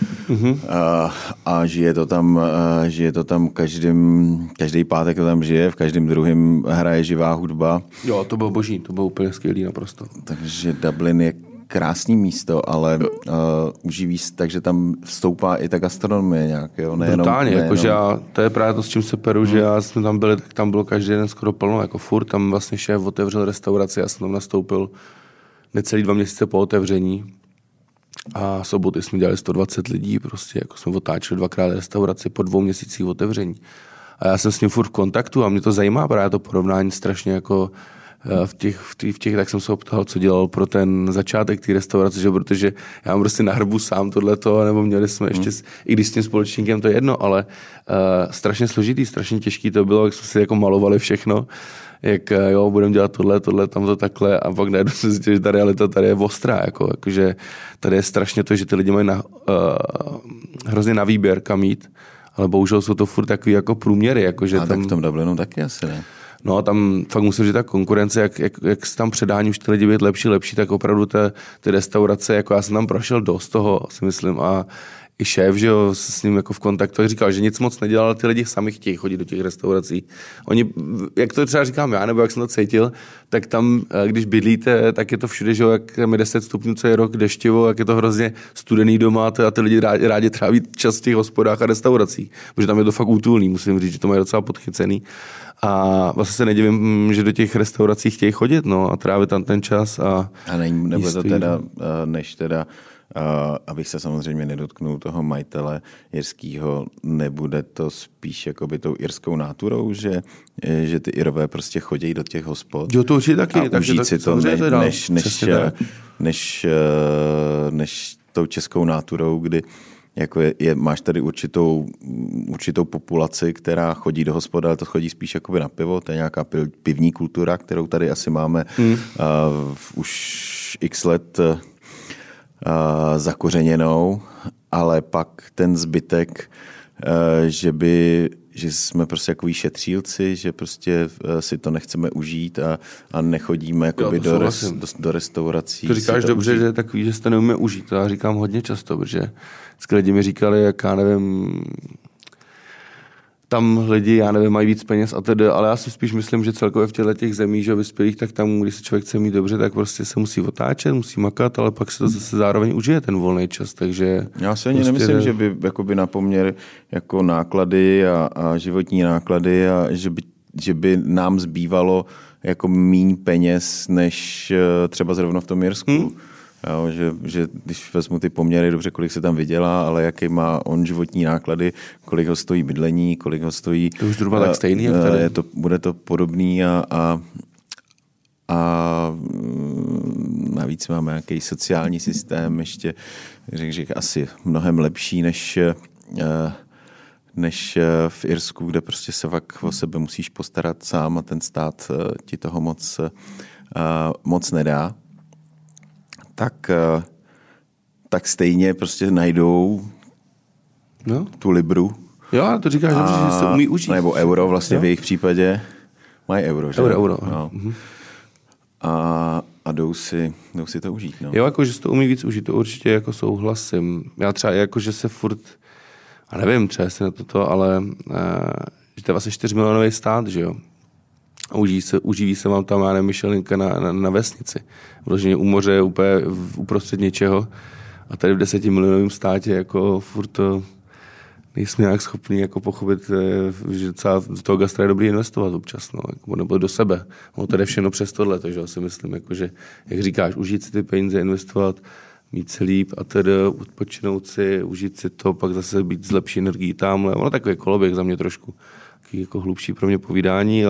a žije to tam každý pátek to tam žije, v každém druhém hraje živá hudba. Jo, to bylo boží, to bylo úplně skvělý naprosto. Takže Dublin je krásný místo, ale uživí se, takže tam vstoupá i ta gastronomie nějak, jo? Brutálně, jakože to je právě to, s čím se peru, že já jsme tam byli, tak tam bylo každý den skoro plno, jako furt, tam vlastně šéf otevřel restauraci, já jsem tam nastoupil necelý 2 měsíce po otevření. A soboty jsme dělali 120 lidí, prostě jako jsme otáčeli 2krát restauraci po 2 měsících otevření. A já jsem s ním furt v kontaktu a mě to zajímá právě to porovnání strašně jako v těch, tak jsem se optal, co dělal pro ten začátek té restaurace, že protože já mám prostě na hrbu sám tohleto, nebo měli jsme ještě, i když s tím společníkem to je jedno, ale strašně složitý, strašně těžký to bylo, jak jsme si jako malovali všechno, jak jo, budeme dělat tohle, tamto takhle a pak najednou se zjistil, že ta realita tady je ostrá, jakože tady je strašně to, že ty lidi mají hrozně na výběr kam jít, ale bohužel jsou to furt takový jako průměry. Jakože a tam, tak v tom Dublinu taky asi ne. No tam fakt musím říct, ta konkurence, jak se tam předání už ty lidi být lepší, tak opravdu ty restaurace, jako já jsem tam prošel dost toho, si myslím, a i šéf, že jo, s ním jako v kontaktu říkal, že nic moc nedělal, ale ty lidi sami chtějí chodit do těch restaurací. Oni, jak to třeba říkám já, nebo jak jsem to cítil, tak tam, když bydlíte, tak je to všude, že jo, jak je 10 stupňů, co je rok deštivo, jak je to hrozně studený doma a ty lidi rádi tráví čas v těch hospodách a restauracích, protože tam je to fakt útulný, musím říct, že to mají docela podchycený. A vlastně se nedivím, že do těch restaurací chtějí chodit, no, a trávit tam ten čas. A nebude to teda, abych se samozřejmě nedotknul toho majitele jirského, nebude to spíš jakoby tou irskou náturou, že ty Irové prostě chodí do těch hospod. Jo, to určitě taky. A užít si to, než tou českou náturou, kdy jako máš tady určitou populaci, která chodí do hospody, ale to chodí spíš jakoby na pivo, to je nějaká pivní kultura, kterou tady asi máme už x let zakořeněnou, ale pak ten zbytek, že jsme prostě takový šetřílci, že prostě si to nechceme užít a nechodíme jakoby do restaurací. To říkáš dobře, že je takový, že se to neumíme užít. To já říkám hodně často, protože lidi mi říkali, jak já nevím, tam lidi, já nevím, mají víc peněz a tedy, ale já si spíš myslím, že celkově v těch zemích, že vyspělých, tak tam, když se člověk chce mít dobře, tak prostě se musí otáčet, musí makat, ale pak se to zase zároveň užije ten volný čas, takže... Já si ani prostě nemyslím, že by jakoby na poměr jako náklady a životní náklady a že by nám zbývalo jako míň peněz, než třeba zrovna v tom Jirsku. Jo, že když vezmu ty poměry, dobře, kolik se tam vydělá, ale jaký má on životní náklady, kolik ho stojí bydlení, kolik ho stojí... To už zhruba tak stejný, jak tady. Bude to podobný a a navíc máme nějaký sociální systém, ještě řekl asi mnohem lepší než v Irsku, kde prostě se fakt o sebe musíš postarat sám a ten stát ti toho moc nedá. Tak stejně prostě najdou tu libru. Jo, to říkáš, že se umí užít. Nebo euro vlastně v jejich případě. Mají euro, že? Euro. No. A jdou si to užít. No. Jo, jako, že se to umí víc užít, to určitě jako souhlasím. Já třeba jako, že se furt, a nevím, třeba jestli na toto, ale že to je vlastně 4 milionový stát, že jo. A uživí se vám tam, já nevím, myšelinka na vesnici. Vloženě u moře, úplně uprostřed něčeho. A tady v 10 milionovém státě jako furt to nejsme nějak schopný jako pochopit, že z toho gastra je dobrý investovat občas, no, nebo do sebe. Ono to jde všechno přes tohle, takže já si myslím, jako, že, jak říkáš, užít si ty peníze, investovat, mít se líp a tedy odpočinout si, užít si to, pak zase být s lepší energií tamhle. Ono takový koloběh za mě trošku jako hlubší pro mě povídání,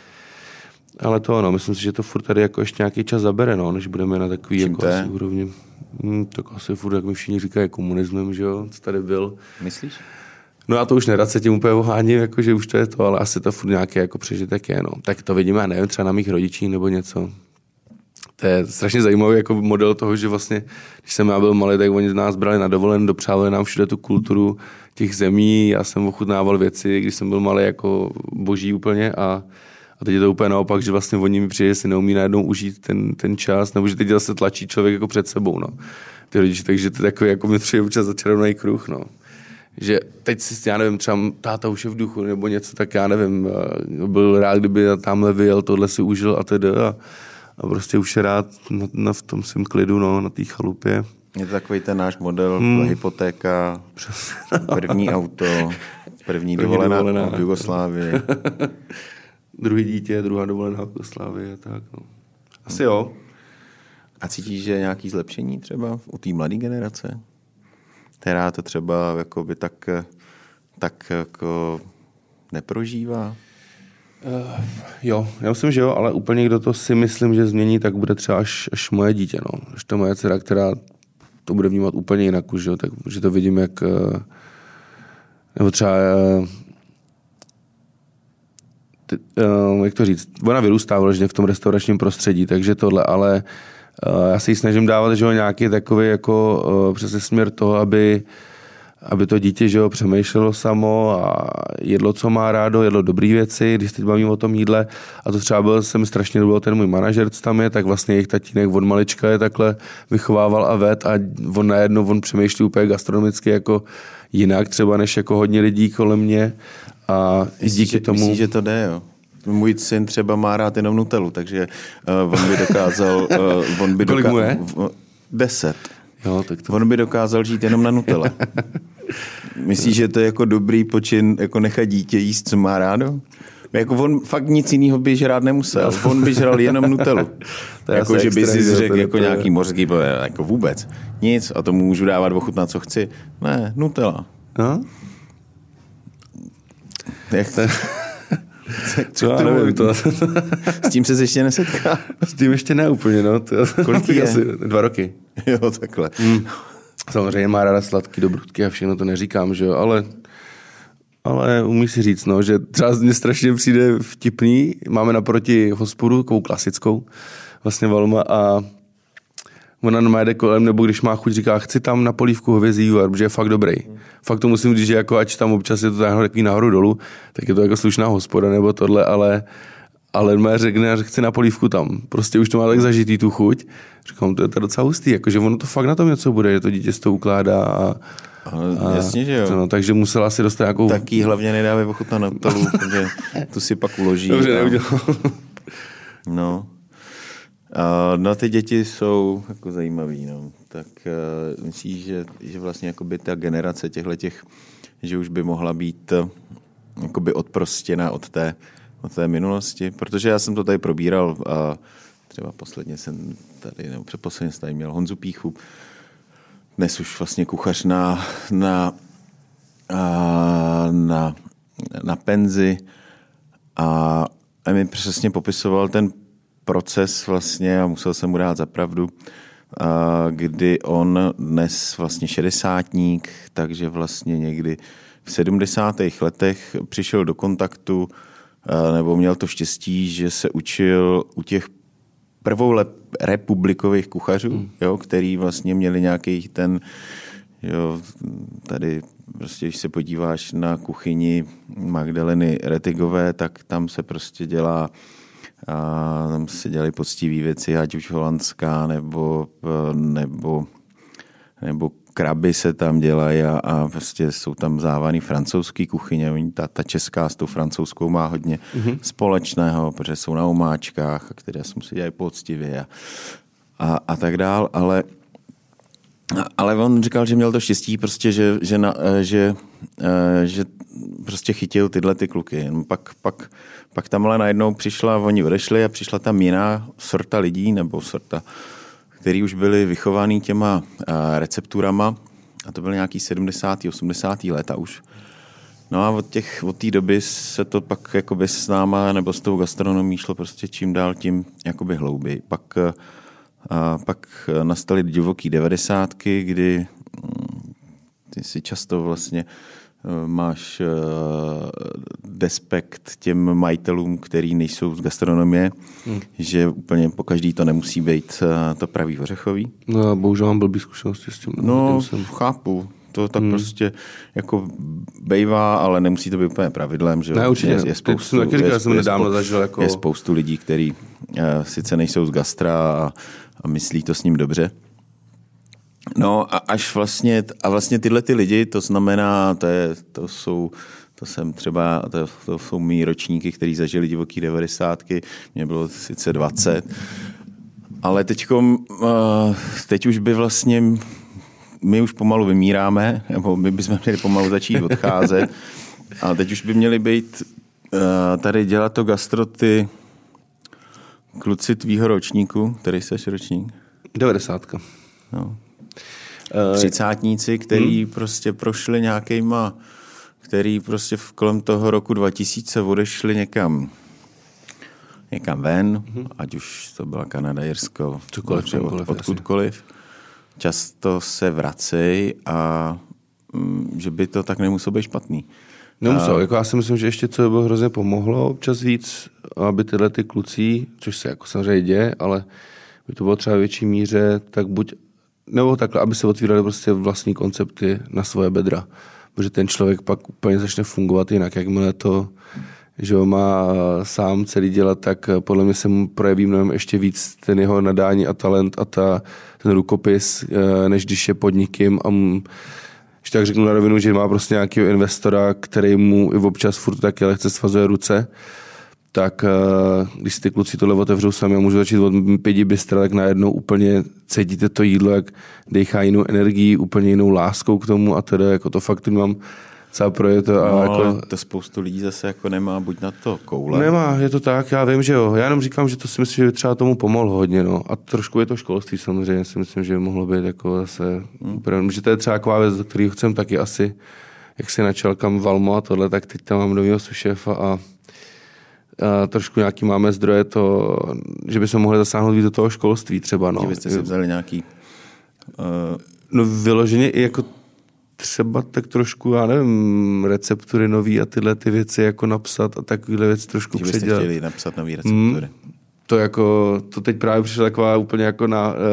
ale to ano, myslím si, že to furt tady jako ještě nějaký čas zabere, no, než budeme na takový jako asi úrovni. Tak asi furt, jak mi všichni říkají, komunismem, že jo, co tady byl. Myslíš? No já to už nerad se tím úplně oháním, jako, že už to je to, ale asi to furt nějaký jako přežitek je, no. Tak to vidíme, já nevím, třeba na mých rodičích nebo něco. To je strašně zajímavý jako model toho, že vlastně, když jsem já byl malý, tak oni z nás brali na dovolené, dopřávali nám všude tu kulturu těch zemí, já jsem ochutnával věci, když jsem byl malý jako boží úplně a teď je to úplně naopak, že vlastně oni mi přijde, si neumí najednou užít ten čas, nebo že teď zase tlačí člověk jako před sebou, no. Ty rodiče, takže to takový, jako mi přijde občas za čarovný kruh, no. Že teď si, já nevím, třeba táta už je v duchu nebo něco, tak já nevím, byl rád, kdyby tamhle vyjel, tohle si užil a tedy a prostě už je rád v tom svým klidu, no, na té chalupě. Je to takový ten náš model, hypotéka, první auto, první dovolená v Jugoslávii. Druhý dítě, druhá dovolená v Jugoslávii, tak no. Asi jo. A cítíš, že je nějaký zlepšení třeba u té mladé generace? Která to třeba jakoby tak jako neprožívá? Jo, já myslím, že jo, ale úplně kdo to si myslím, že změní, tak bude třeba až moje dítě, no. Až to moje dcera, která to bude vnímat úplně jinak už, jo, takže to vidím, jak nebo třeba jak to říct, ona vyrůstá vložně v tom restauračním prostředí, takže tohle, ale já si ji snažím dávat, že jo, nějaký takový jako přesně směr toho, aby to dítě, že jo, přemýšlelo samo a jedlo, co má rádo, jedlo dobré věci, když teď bavím o tom jídle. A to třeba se mi strašně líbil ten můj manažer, co tam je, tak vlastně jejich tatínek od malička je takhle vychovával a ved a on najednou přemýšlí úplně gastronomicky jako jinak třeba než jako hodně lidí kolem mě. A díky tomu... Myslíš, že to jde, jo? Můj syn třeba má rád jenom Nutellu, takže on by dokázal... Kolik mu je? 10. Jo, tak to... On by dokázal žít jenom na Nutelle. Myslíš, že to je jako dobrý počin jako nechat dítě jíst, co má rádo? Jako on fakt nic jiného by žrát nemusel. On by žral jenom Nutellu. Jako, že by si řekl jako nějaký mořský, jako vůbec. Nic a tomu můžu dávat ochutnat, co chci. Ne, Nutella. No? Jak to... Co, nevím, to... S tím se ještě nesetká? S tím ještě ne úplně, no. Kolik je? Asi 2 roky. Jo, takhle. Samozřejmě má ráda sladký dobrutky a všechno to neříkám, že jo, ale umí si říct, no, že třeba mě strašně přijde vtipný, máme naproti hospodu, takovou klasickou, vlastně Valma a ona normálně jde kolem, nebo když má chuť, říká, chci tam na polívku hovězí vývar, protože je fakt dobrý. Fakt to musím říct, že jako ač tam občas je to takový nahoru dolů, tak je to jako slušná hospoda nebo tohle, ale mě řekne, že chci na polívku tam. Prostě už to má tak zažitý tu chuť. Říkám, to je docela hustý, jakože ono to fakt na tom něco bude, že to dítě si to ukládá a jasně, že jo. No, takže musela si dostat nějakou... Taky hlavně nedávej ochutnat na Nutellu, protože tu si pak uloží. Dobře, neudělal. No. No ty děti jsou jako zajímavý, no. Tak myslíš, že vlastně jakoby ta generace těchhletěch, že už by mohla být jakoby odprostěna od té minulosti? Protože já jsem to tady probíral a třeba posledně jsem tady, nebo předposledně jsem tady měl Honzu Píchu, dnes už vlastně kuchař na penzi a mi přesně popisoval ten proces vlastně a musel jsem mu dát za pravdu, kdy on dnes vlastně šedesátník, takže vlastně někdy v 70. letech přišel do kontaktu nebo měl to štěstí, že se učil u těch prvorepublikových kuchařů, jo, který vlastně měli nějaký ten, jo, tady prostě, když se podíváš na kuchyni Magdaleny Rettigové, tak tam se prostě tam se dělají poctivé věci, ať už holandská, nebo kraby se tam dělají a prostě jsou tam závaný francouzský kuchyně. Ta česká s tou francouzskou má hodně společného, protože jsou na omáčkách, které se musí dělat poctivě a tak dál, ale on říkal, že měl to štěstí prostě, že prostě chytil tyhle ty kluky. Pak tam ale najednou oni odešli a přišla tam jiná sorta lidí, nebo sorta, který už byli vychovaný těma recepturama, a to byly nějaký 70. 80. léta už. No a od té doby se to pak jakoby s náma nebo s tou gastronomí šlo prostě čím dál tím jakoby hlouběji. Pak nastaly divoký 90, kdy ty si často vlastně máš despekt těm majitelům, který nejsou z gastronomie, že úplně pokaždý to nemusí být to pravý ořechový. No a bohužel mám blbý zkušenosti s tím. No, chápu. To tak prostě jako bejvá, ale nemusí to být úplně pravidlem, že ne, určitě. Je spoustu lidí, kteří sice nejsou z gastra a myslí to s ním dobře. No a až vlastně tyhle ty lidi, to znamená, to jsou mý ročníky, kteří zažili divoký 90, mě bylo sice 20, ale teď už by vlastně my už pomalu vymíráme, nebo my bychom měli pomalu začít odcházet, a teď už by měli být tady dělat to gastro ty kluci tvýho ročníku, který jsi ročník? 90. No. Třicátníci, který prostě prošli nějakýma, který prostě kolem toho roku 2000 odešli někam ven, ať už to byla Kanada, Jirsko, odkudkoliv. Často se vracejí a že by to tak nemuselo být špatný. Nemuselo, jako já si myslím, že ještě co by bylo hrozně pomohlo občas víc, aby tyhle ty kluci, což se jako samozřejmě děje, ale by to bylo třeba v větší míře, tak nebo takhle, aby se otvírali prostě vlastní koncepty na svoje bedra. Protože ten člověk pak úplně začne fungovat jinak, jakmile to, že ho má sám celý dělat, tak podle mě se mu projeví mnohem ještě víc ten jeho nadání a talent a ten rukopis, než když je pod nikým a když tak řeknu na rovinu, že má prostě nějakého investora, který mu i občas furt taky lehce svazuje ruce, tak když si ty kluci tohle otevřou sami a můžu začít od 5 bystra, tak najednou úplně cítíte to jídlo, jak dejchá jinou energii, úplně jinou láskou k tomu a teda jako to fakt mám celá projet. Ale to spoustu lidí zase jako nemá buď na to koule. Nemá, je to tak, já vím, že jo. Já jenom říkám, že to si myslím, že by třeba tomu pomohlo hodně, no. A trošku je to školství samozřejmě, si myslím, že by mohlo být jako zase, že to je třeba taková věc, do kterého chcem taky asi, jak si načal kam Valmo a tohle, tak teď tam mám novýho sušéfa a trošku nějaký máme zdroje to, že bychom mohli zasáhnout víc do toho školství třeba, no. Že byste si vzali nějaký... No vyloženě i jako třeba tak trošku, já nevím, receptury nový a tyhle ty věci jako napsat a takovýhle věci trošku předělat. Že byste chtěli napsat nový receptury. To teď právě přišla taková úplně jako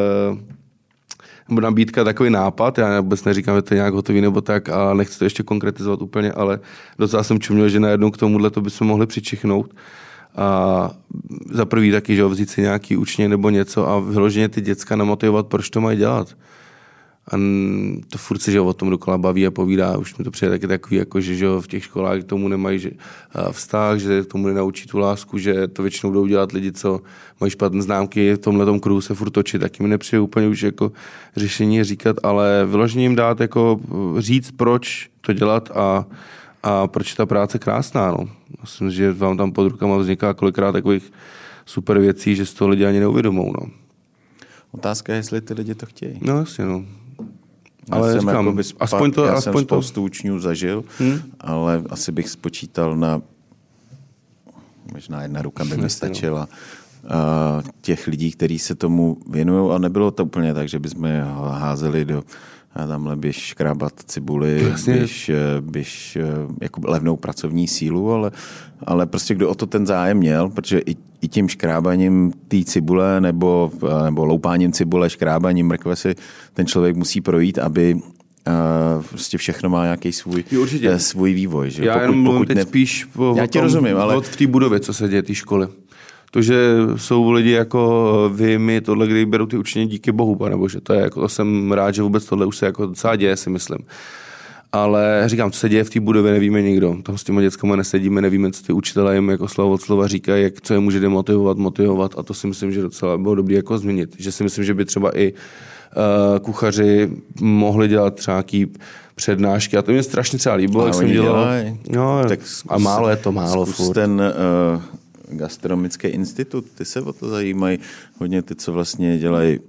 nebo nabídka, takový nápad, já vůbec neříkám, že to je nějak hotový nebo tak a nechci to ještě konkretizovat úplně, ale docela jsem čuměl, že najednou k tomuhle to bychom mohli přičichnout a za prvý taky, že vzít si nějaký učně nebo něco a vyloženě ty děcka namotivovat, proč to mají dělat. A to furt se, že o tom dokola baví a povídá, už mi to přijde taky takový, jako, že v těch školách k tomu nemají vztah, že k tomu nenaučí tu lásku, že to většinou budou dělat lidi, co mají špatné známky, v tomhletom kruhu se furt točit, taky mi nepřijde úplně už jako řešení říkat, ale vyloženě jim dát jako říct, proč to dělat a proč je ta práce krásná. No. Myslím, že vám tam pod rukama vzniká kolikrát takových super věcí, že z toho lidi ani neuvědomou. No. Otázka je, jestli ty lidi to chtějí. No jasně, no. Ale říkám, já jsem spoustu učňů zažil, ale asi bych spočítal na možná jedna ruka by mi stačila těch lidí, kteří se tomu věnují a nebylo to úplně tak, že bychom je házeli do tamhle běž škrábat cibuli, běž jako levnou pracovní sílu, ale prostě kdo o to ten zájem měl, protože i tím škrábaním té cibule nebo loupáním cibule, škrábaním mrkve si ten člověk musí projít, aby prostě všechno má nějaký svůj vývoj. Že? Já jenom mluvím teď spíš já ti rozumím, ale v té budově, co se děje té školy. To, že jsou lidi jako vy, my, tohle, kdy berou ty učení díky bohu, panebože, to je jako, to jsem rád, že vůbec tohle už se jako docela děje, si myslím. Ale říkám, co se děje v té budově, nevíme nikdo. Tam s těma dětskama nesedíme, nevíme, co ty učitelé jim jako slovo od slova říkají, co je může motivovat a to si myslím, že docela bylo dobré jako změnit. Že si myslím, že by třeba i kuchaři mohli dělat třeba nějaký přednášky a to mě strašně třeba líbilo, jak jsem dělal. No, tak a málo je to málo. Zkus ten gastronomický institut, ty se o to zajímají hodně, ty, co vlastně dělají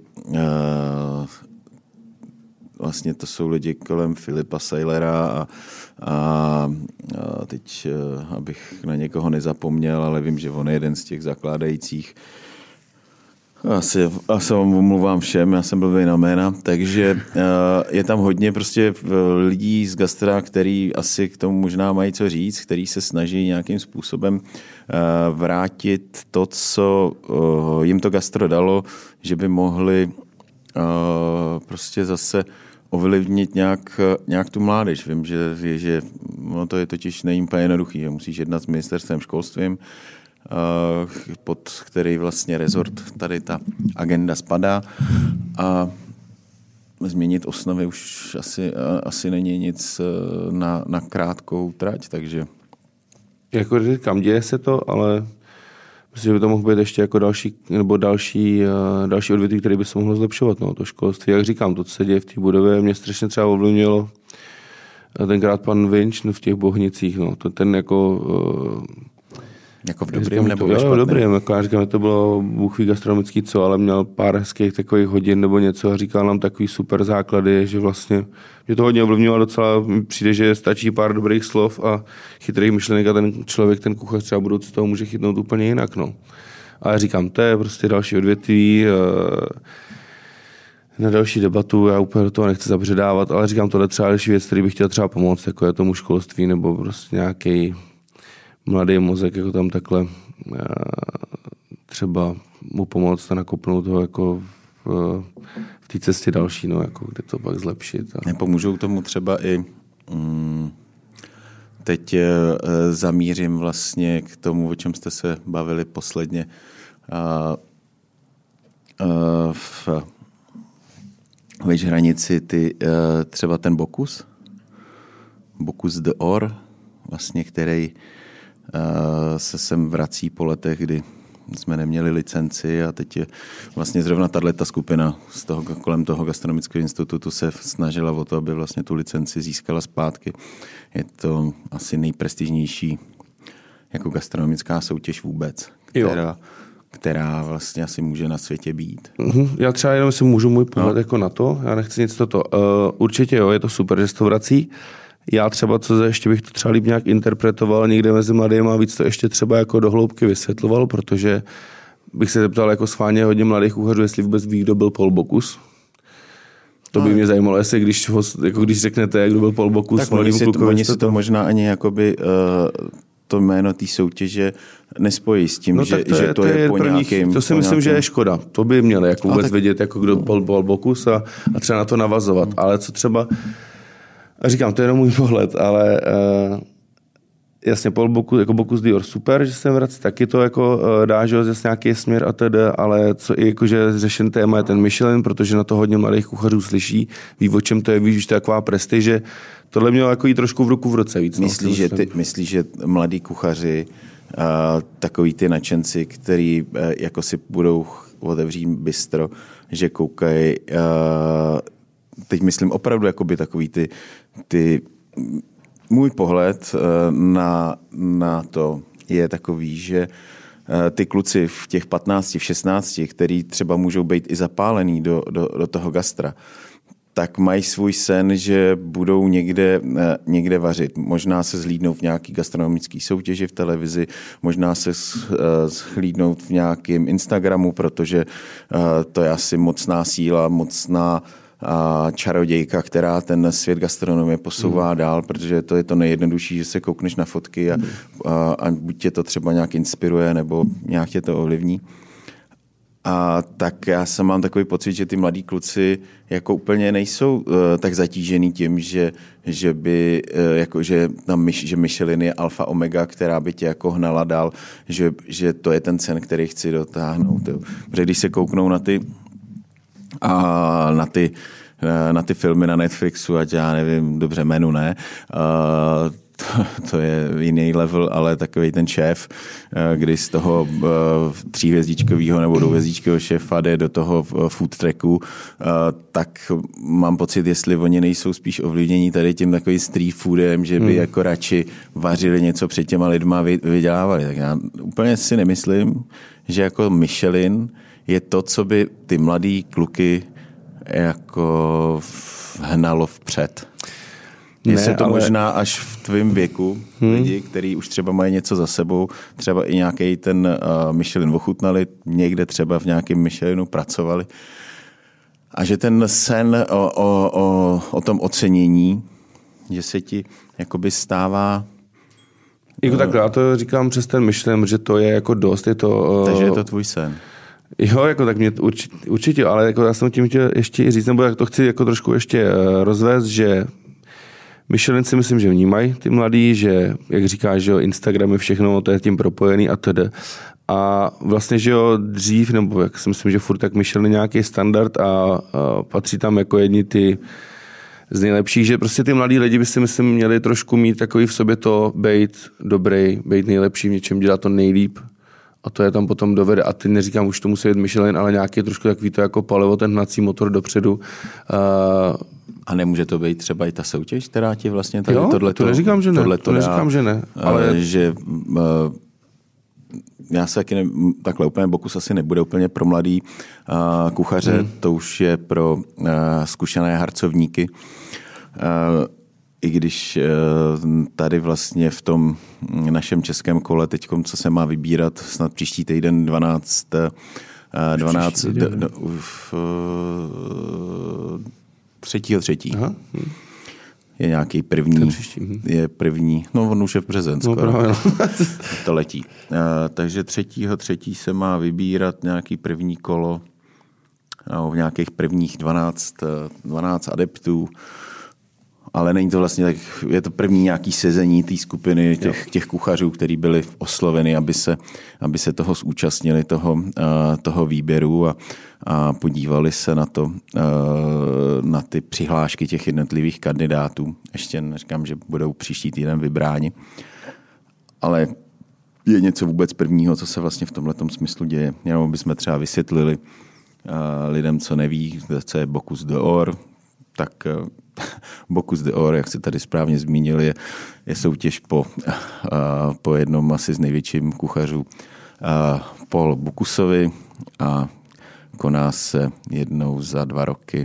vlastně to jsou lidi kolem Filipa Sailera a teď, abych na někoho nezapomněl, ale vím, že on je jeden z těch zakládajících. Já se vám omluvám všem, já jsem blbý na jména, takže je tam hodně prostě lidí z gastra, který asi k tomu možná mají co říct, který se snaží nějakým způsobem vrátit to, co jim to gastro dalo, že by mohli prostě zase ovlivnit nějak tu mládež. Vím, že no to je totiž není úplně jednoduchý, že musíš jednat s ministerstvem školstvím, pod který vlastně rezort tady ta agenda spadá a změnit osnovy už asi není nic na krátkou trať, takže... Jako říkám, děje se to, ale myslím, že by to mohl být ještě jako další odvětví, které by se mohlo zlepšovat, no, to školství. Jak říkám, to, co se děje v té budově, mě strašně třeba ovlivnilo tenkrát pan Vinč v těch Bohnicích, no, to ten jako v dobrým nebo ve špatným? Dobrým, jako já říkám, to bylo bůhví gastronomický co, ale měl pár hezkých takových hodin nebo něco a říkal nám takový super základy, že vlastně mě to hodně ovlivnilo a docela přijde, že stačí pár dobrých slov a chytrých myšlenek a ten člověk, ten kuchař třeba budoucí z toho může chytnout úplně jinak, no. A já říkám, to je prostě další odvětví, na další debatu, já úplně do toho nechci zabředávat, ale říkám, tohle třeba další věc, který bych chtěl třeba pomoct, jako je tomu školství nebo prostě nějaký mladý mozek, jako tam takhle třeba mu pomoct a nakopnout ho jako v té cestě další, no, jako kde to pak zlepšit. Nepomůžou tomu třeba i teď zamířím vlastně k tomu, o čem jste se bavili posledně v Hranici, třeba ten Bocuse d'Or, vlastně, který se sem vrací po letech, kdy jsme neměli licenci a teď je vlastně zrovna tato skupina kolem toho gastronomického institutu se snažila o to, aby vlastně tu licenci získala zpátky. Je to asi nejprestižnější jako gastronomická soutěž vůbec, která vlastně asi může na světě být. Já třeba jenom si můžu můj pohled jako na to, já nechci nic toto. Určitě jo, je to super, že se to vrací. Já třeba, ještě bych to třeba líp nějak interpretoval někde mezi mladými a víc to ještě třeba jako do hloubky vysvětloval, protože bych se zeptal jako schválně hodně mladých kuchařů, jestli vůbec ví, kdo byl Paul Bocuse. To by mě zajímalo, jestli když řeknete, kdo byl Paul Bocuse. Tak oni si to možná ani jakoby to jméno té soutěže nespojí s tím, že to je po nějakým... To si myslím, že je škoda. To by měli jako vůbec vědět, jako kdo byl Paul Bocuse a třeba na to navazovat. Ale co třeba... A říkám, to je jenom můj pohled, ale jasně, Paul Bocuse, jako Bocuse d'Or, super, že se vrací, taky to jako dá, že zase nějaký směr a tedy, ale co i jakože řešen téma je ten Michelin, protože na to hodně mladých kuchařů slyší, ví, o čem to je, ví, že to je taková prestiž, že tohle mělo jako jít trošku v ruku v ruce víc. Myslíš, že mladí kuchaři, takový ty nadšenci, který jako si budou otevřít bistro, že koukají, teď myslím opravdu jakoby takový ty můj pohled na to je takový, že ty kluci v těch 15, v 16, který třeba můžou být i zapálený do toho gastra, tak mají svůj sen, že budou někde vařit. Možná se zhlídnou v nějaký gastronomický soutěži v televizi, možná se zhlídnout v nějakém Instagramu, protože to je asi mocná síla, mocná čarodějka, která ten svět gastronomie posouvá dál, protože to je to nejjednodušší, že se koukneš na fotky a buď tě to třeba nějak inspiruje, nebo nějak tě to ovlivní. A tak já mám takový pocit, že ty mladí kluci jako úplně nejsou tak zatížený tím, že Michelin je alfa omega, která by tě jako hnala dál, že to je ten sen, který chci dotáhnout. Jo. Protože když se kouknou na ty filmy na Netflixu, ať já nevím, dobře jménu ne, to je jiný level, ale takový ten šéf, kdy z toho 3hvězdičkového nebo 2hvězdičkového šéfa jde do toho food tracku, tak mám pocit, jestli oni nejsou spíš ovlivnění tady tím takovým street foodem, že by jako radši vařili něco před těma lidma a vydělávali. Tak já úplně si nemyslím, že jako Michelin je to, co by ty mladý kluky jako hnalo vpřed. Jestli to možná až v tvém věku lidi, kteří už třeba mají něco za sebou, třeba i nějaký ten Michelin ochutnali, někde třeba v nějakém Michelinu pracovali. A že ten sen o tom ocenění, že se ti jakoby stává... Jako takhle, já to říkám přes ten Michelin, že to je jako dost, je to... Takže je to tvůj sen. Jo, jako tak mě určitě, ale jako já jsem tím chtěl ještě i říct, nebo jak to chci jako trošku ještě rozvést, že Michelin si myslím, že vnímají ty mladí, že, jak říkáš, že jo, Instagram je všechno, to je tím propojený a tedy. A vlastně, že jo, dřív, nebo jak si myslím, že furt tak Michelin nějaký standard a patří tam jako jedni ty z nejlepších, že prostě ty mladí lidi by si myslím měli trošku mít takový v sobě to být dobrý, být nejlepší, v něčem dělat to nejlíp. A to je tam potom dovede. A teď neříkám, už to musí být Michelin, ale nějaký trošku takový to jako palivo, ten hnací motor dopředu. A nemůže to být třeba i ta soutěž, která ti vlastně tady to neříkám, že ne. To neříkám, že ne. Ale že já se taky takhle úplně Bocuse asi nebude úplně pro mladý kuchaře, to už je pro zkušené harcovníky. I když tady vlastně v tom našem českém kole teďkom, co se má vybírat snad příští týden 12 3.3. Aha. Je nějaký první, no on už je v březen skoro, to letí. Takže 3.3. se má vybírat nějaký první kolo, v nějakých prvních 12 adeptů, ale není to vlastně tak, je to první nějaký sezení té skupiny těch kuchařů, kteří byli osloveni, aby se toho zúčastnili, toho výběru a podívali se na ty přihlášky těch jednotlivých kandidátů. Ještě neříkám, že budou příští týden vybráni, ale je něco vůbec prvního, co se vlastně v tomhletom smyslu děje. Jenom bychom třeba vysvětlili lidem, co neví, co je Bocuse d'Or, tak Bocuse d'Or, jak se tady správně zmínil, je soutěž po jednom asi z největším kuchařů Paul Bocusovi a koná se jednou za 2 roky,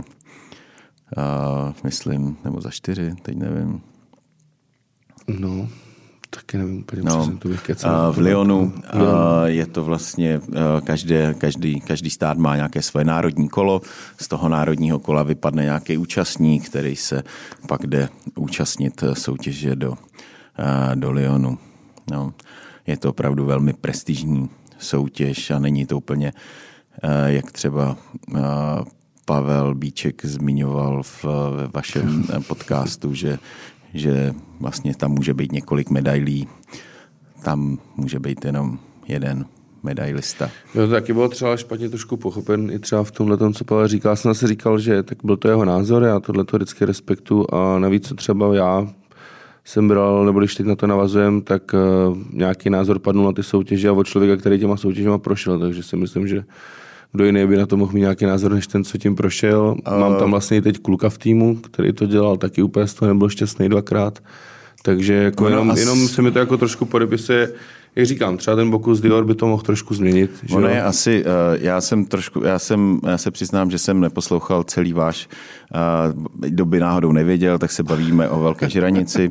myslím, nebo za 4, teď nevím. No, taky nevím úplně přesně, to bych kecal. V Lyonu je to vlastně, každý stát má nějaké svoje národní kolo, z toho národního kola vypadne nějaký účastník, který se pak jde účastnit soutěže do Lyonu. No, je to opravdu velmi prestižní soutěž a není to úplně, jak třeba Pavel Bíček zmiňoval ve vašem podcastu, že vlastně tam může být několik medailí, tam může být jenom jeden medailista. Jo, to taky bylo třeba špatně trošku pochopen i třeba v tomhle, co Pavel říkal. Já jsem si říkal, že tak byl to jeho názor, já tohleto vždycky respektu a navíc, co třeba já jsem bral, nebo když teď na to navazujem, tak nějaký názor padnul na ty soutěže a od člověka, který těma soutěžema prošel, takže si myslím, že kdo jiný by na to mohl mít nějaký názor, než ten, co tím prošel. Mám tam vlastně i teď kluka v týmu, který to dělal, taky úplně z toho nebyl šťastný 2krát. Takže jako jenom se mi to jako trošku podepisuje, Jak říkám, třeba ten Bocuse d'Or by to mohl trošku změnit. Ono je asi, já se přiznám, že jsem neposlouchal celý váš, doby náhodou nevěděl, tak se bavíme o Velké žranici.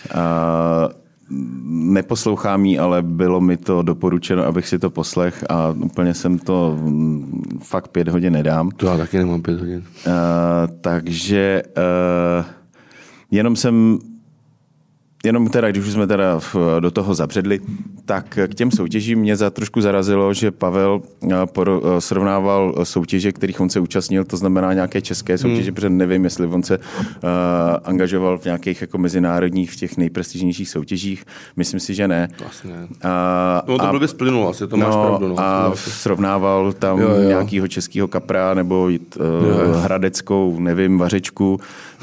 Neposlouchám jí, ale bylo mi to doporučeno, abych si to poslech a úplně jsem to fakt 5 hodin nedám. To já taky nemám 5 hodin. Takže jenom teda, když už jsme teda do toho zabředli, tak k těm soutěžím mě trošku zarazilo, že Pavel srovnával soutěže, kterých on se účastnil, to znamená nějaké české soutěže, protože nevím, jestli on se angažoval v nějakých jako mezinárodních, v těch nejprestižnějších soutěžích. Myslím si, že ne. To asi ne. To blbě splynulo, asi to máš pravdu. No. A srovnával tam nějakého českého kapra nebo hradeckou, nevím, vařečku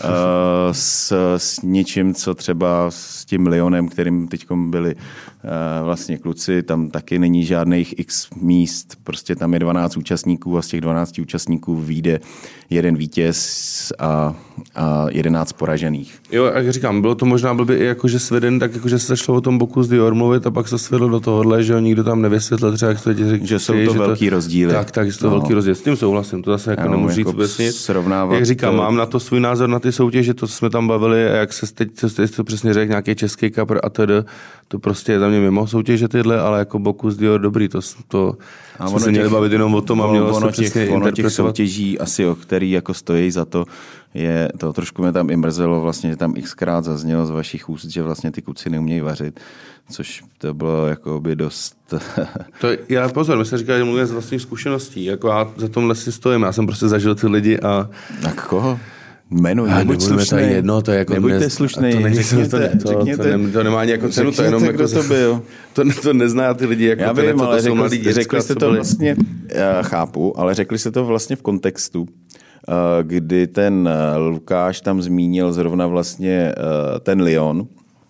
s něčím, co třeba s tím Lyonem, kterým teď byli vlastně kluci, tam taky není žádných x míst, prostě tam je 12 účastníků a z těch 12 účastníků vyjde jeden vítěz a 11 poražených. Jo, jak říkám, bylo to možná blbě i jakože sveden, tak jakože se začalo o tom Bocuse d'Or mluvit a pak se svedlo do tohohle, že ho nikdo tam nevysvětlil, třeba jak to řekl, že jsou to velký rozdíly. Tak, že to velký rozdíl. S tím souhlasím, to zase jako nemůžu říct vůbec nic. Jak říkám, mám na to svůj názor na ty soutěže, to, co jsme tam bavili, a jak se teď to přesně řekl, nějaký český kapr a tedy, to prostě je za mě mimo soutěže tyhle, ale jako Bocuse d'Or dobrý, to jsme se měli bavit jenom o tom a mělo se přesně interpretovat. Těch soutěží asi, o který jako stojí za to, je to trošku mě tam i mrzelo, vlastně, že tam xkrát zaznělo z vašich úst, že vlastně ty kluci neumějí vařit, což to bylo jako by dost... Já pozor, my se říká, že mluvím z vlastních zkušeností, jako já za tomhle si stojím, já jsem prostě zažil ty lidi a... Tak koho? Jmenuj, nebuď slušný. To jedno, to je jako nebuďte slušný, to nemá ani jako cenu, to je jenom jako... to byl. To nezná ty lidi, jako já vím, ale řekli jste to vlastně, já chápu, ale řekli jste to vlastně v kontextu, kdy ten Lukáš tam zmínil zrovna vlastně ten Lyon,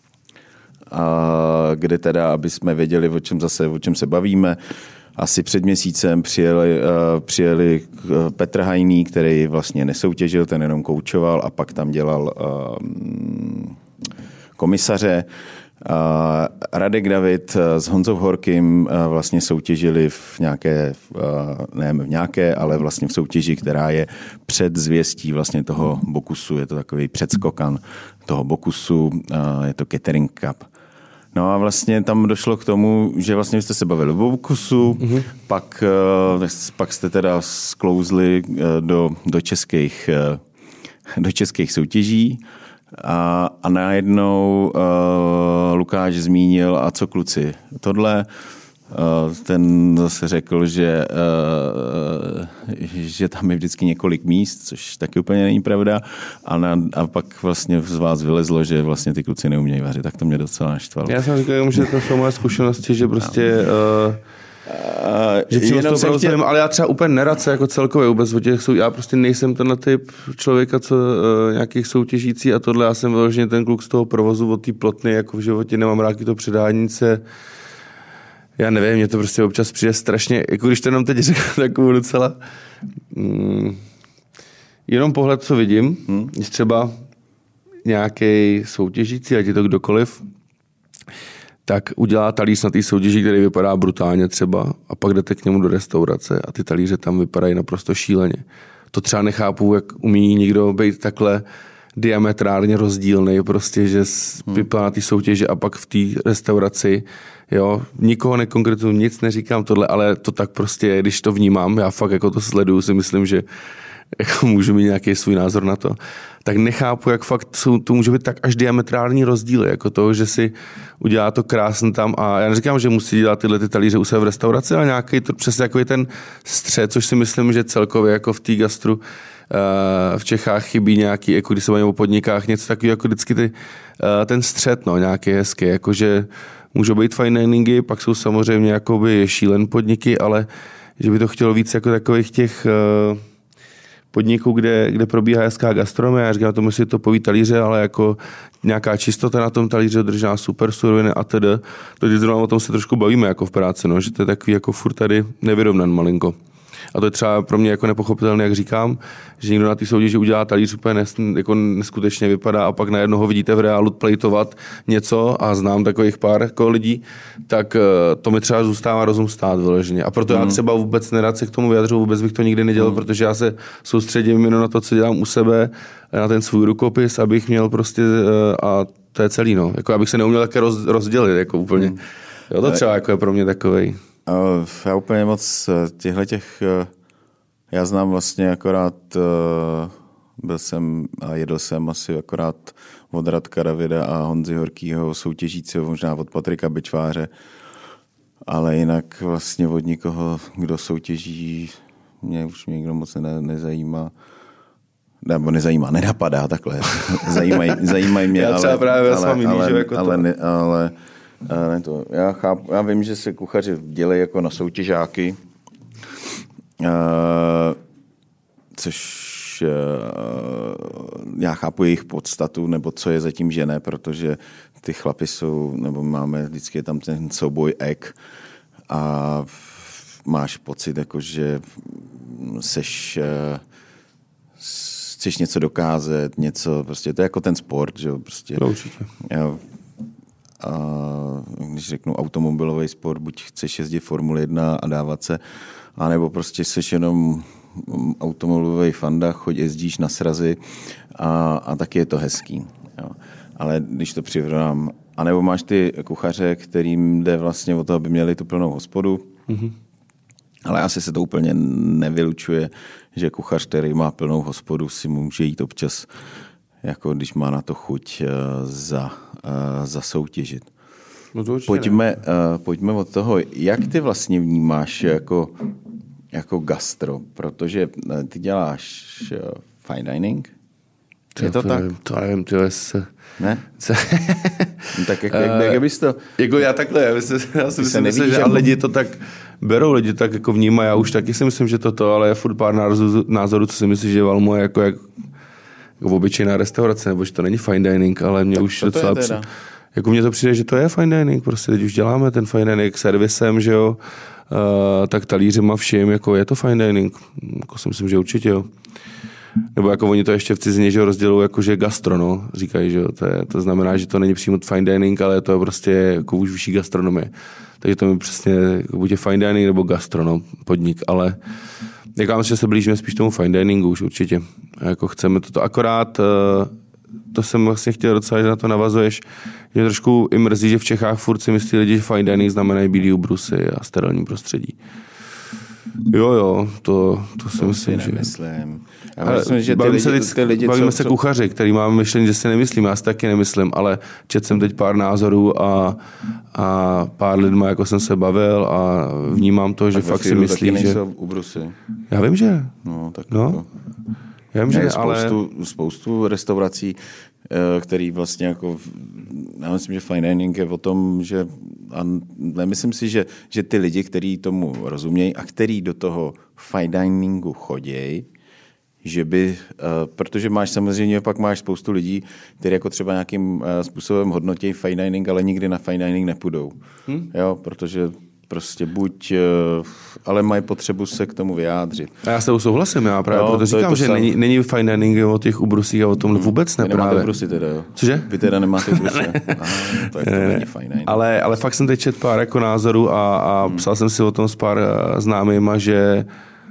kde teda, aby jsme věděli, o čem se bavíme. Asi před měsícem přijeli Petr Hajný, který vlastně nesoutěžil, ten jenom koučoval a pak tam dělal komisaře. Radek David s Honzou Horkým vlastně soutěžili ale vlastně v soutěži, která je před zvěstí vlastně toho Bocusu, je to takový předskokan toho Bocusu, je to Catering Cup. No a vlastně tam došlo k tomu, že vlastně jste se bavili o Bocusu, pak jste teda sklouzli do českých soutěží a najednou Lukáš zmínil, a co kluci, tohle, ten zase řekl, že tam je vždycky několik míst, což taky úplně není pravda. A pak vlastně z vás vylezlo, že vlastně ty kluci neumějí vařit, tak to mě docela naštvalo. Já jsem říkal, že to jsou moje zkušenosti, že prostě... že jenom ale já třeba úplně nerad se jako celkově vůbec o těch já prostě nejsem tenhle typ člověka, co nějakých soutěžící a tohle, já jsem vyloženě ten kluk z toho provozu od té plotny, jako v životě nemám rád to předání. Já nevím, mě to prostě občas přijde strašně, jako když to jenom teď řeknu takovou docela jenom pohled, co vidím, když třeba nějaký soutěžící, ať je to kdokoliv, tak udělá talíř na té soutěži, který vypadá brutálně třeba a pak jdete k němu do restaurace a ty talíře tam vypadají naprosto šíleně. To třeba nechápu, jak umí někdo být takhle diametrálně rozdílný, prostě, že vypadá na té soutěži a pak v té restauraci, jo, nikoho nekonkretuju, nic neříkám tohle, ale to tak prostě je, když to vnímám, já fakt jako to sleduju, si myslím, že jako můžu mít nějaký svůj názor na to, tak nechápu, jak fakt to může být tak až diametrální rozdíly, jako to, že si udělá to krásně tam a já neříkám, že musí dělat tyhle ty talíře u sebe v restauraci, ale nějaký to přesně jako je ten střed, což si myslím, že celkově jako v té gastru v Čechách chybí nějaký, jako když se bavíme o podnikách, něco takového, jako vždycky ten střed, no, nějaký hezký, jakože můžou být fine diningy, pak jsou samozřejmě jakoby šílen podniky, ale že by to chtělo víc jako takových těch podniků, kde probíhá hezká gastronomie, já říkám, to musí to poví talíře, ale jako nějaká čistota na tom talíře, držená super suroviny a td. To zrovna o tom se trošku bavíme jako v práci, no, že to je takový jako furt tady nevyrovnan malinko. A to je třeba pro mě jako nepochopitelné, jak říkám, že někdo na té soutěži udělá talíř úplně jako neskutečně vypadá a pak najednou ho vidíte v reálu plejtovat něco a znám takových pár jako lidí, tak to mi třeba zůstává rozum stát vyloženě. A proto já třeba vůbec nerad se k tomu vyjadřu, vůbec bych to nikdy nedělal, protože já se soustředím jenom na to, co dělám u sebe, na ten svůj rukopis, abych měl prostě a to je celý, no. Jako abych se neuměl také rozdělit, jako úplně. Jo, to třeba jako je pro mě takovej. Já úplně moc těch já znám vlastně akorát, byl jsem a jedl jsem asi akorát od Radka Davida a Honzy Horkýho soutěžícího, možná od Patrika Bečváře, ale jinak vlastně od nikoho, kdo soutěží, mě už nikdo moc nezajímá. Nebo nezajímá, nenapadá takhle. Zajímají mě, já třeba právě ale ne to. Já vím, že se kuchaři dělají jako na soutěžáky, což já chápu jejich podstatu, nebo co je zatím, že ne, protože ty chlapy jsou, nebo máme vždycky tam ten souboj ek a máš pocit, jako, že chceš něco dokázat, něco, prostě to je jako ten sport, že jo, prostě. Určitě. A když řeknu automobilový sport, buď chceš jezdit Formule 1 a dávat se, anebo prostě jsi jenom automobilový fanda, jezdíš na srazy a taky je to hezký. Jo. Ale když to přirovnám, anebo máš ty kuchaře, kterým jde vlastně o to, aby měli tu plnou hospodu, ale asi se to úplně nevylučuje, že kuchař, který má plnou hospodu, si může jít občas, jako když má na to chuť zasoutěžit. No to pojďme od toho, jak ty vlastně vnímáš jako gastro, protože ty děláš fine dining? Je to tak? To nevím, ne? Tak jak bys to... Jako já takhle, já si myslím, že lidi to tak berou, lidi tak jako vnímají, já už taky si myslím, že ale je furt pár názorů, co si myslíš, že Valmo je jako obyčejná restaurace, nebo že to není fine dining, ale mě už docela... Jako mně to přijde, že to je fine dining, prostě teď už děláme ten fine dining servisem, že jo, tak talířema všem, jako je to fine dining, jako si myslím, že určitě jo. Nebo jako oni to ještě v cizině, že rozdělují jakože gastro, no, říkají, že jo, to znamená, že to není přímo fine dining, ale to je prostě jako už vyšší gastronomie. Takže to mi přesně, jako buď je fine dining nebo gastro, no, podnik, ale jak myslím, že se blížíme spíš tomu fine diningu už určitě. A jako chceme toto akorát, to jsem vlastně chtěl docela, že na to navazuješ, že trošku i mrzí, že v Čechách furt si myslí lidi, že fine dining znamenají bílý ubrusy a sterilní prostředí. Jo, to si myslím, že... Já myslím, že bavíme se kuchaři, který máme myšlení, že si nemyslím, já si taky nemyslím, ale četl jsem teď pár názorů a pár lidma, jako jsem se bavil a vnímám to, že fakt si myslí, že... Ubrusy. Já vím, že... No, tak no. Já vím, že spoustu restaurací, který vlastně jako, já myslím, že fine dining je o tom, že a nemyslím si, že ty lidi, kteří tomu rozumějí a kteří do toho fine diningu chodějí, že by, protože máš samozřejmě, pak máš spoustu lidí, kteří jako třeba nějakým způsobem hodnotí fine dining, ale nikdy na fine dining nepůjdou. Jo, protože prostě ale mají potřebu se k tomu vyjádřit. A já s tebou souhlasím, já právě proto říkám, že není fine dining o těch ubrusích a o tom vůbec ne. Vy nemáte ubrusy teda, jo? Cože? Vy teda nemáte ubrusy. Aha, tak to není fine dining. Ale fakt jsem teď četl pár jako názorů a psal jsem si o tom s pár známýma, že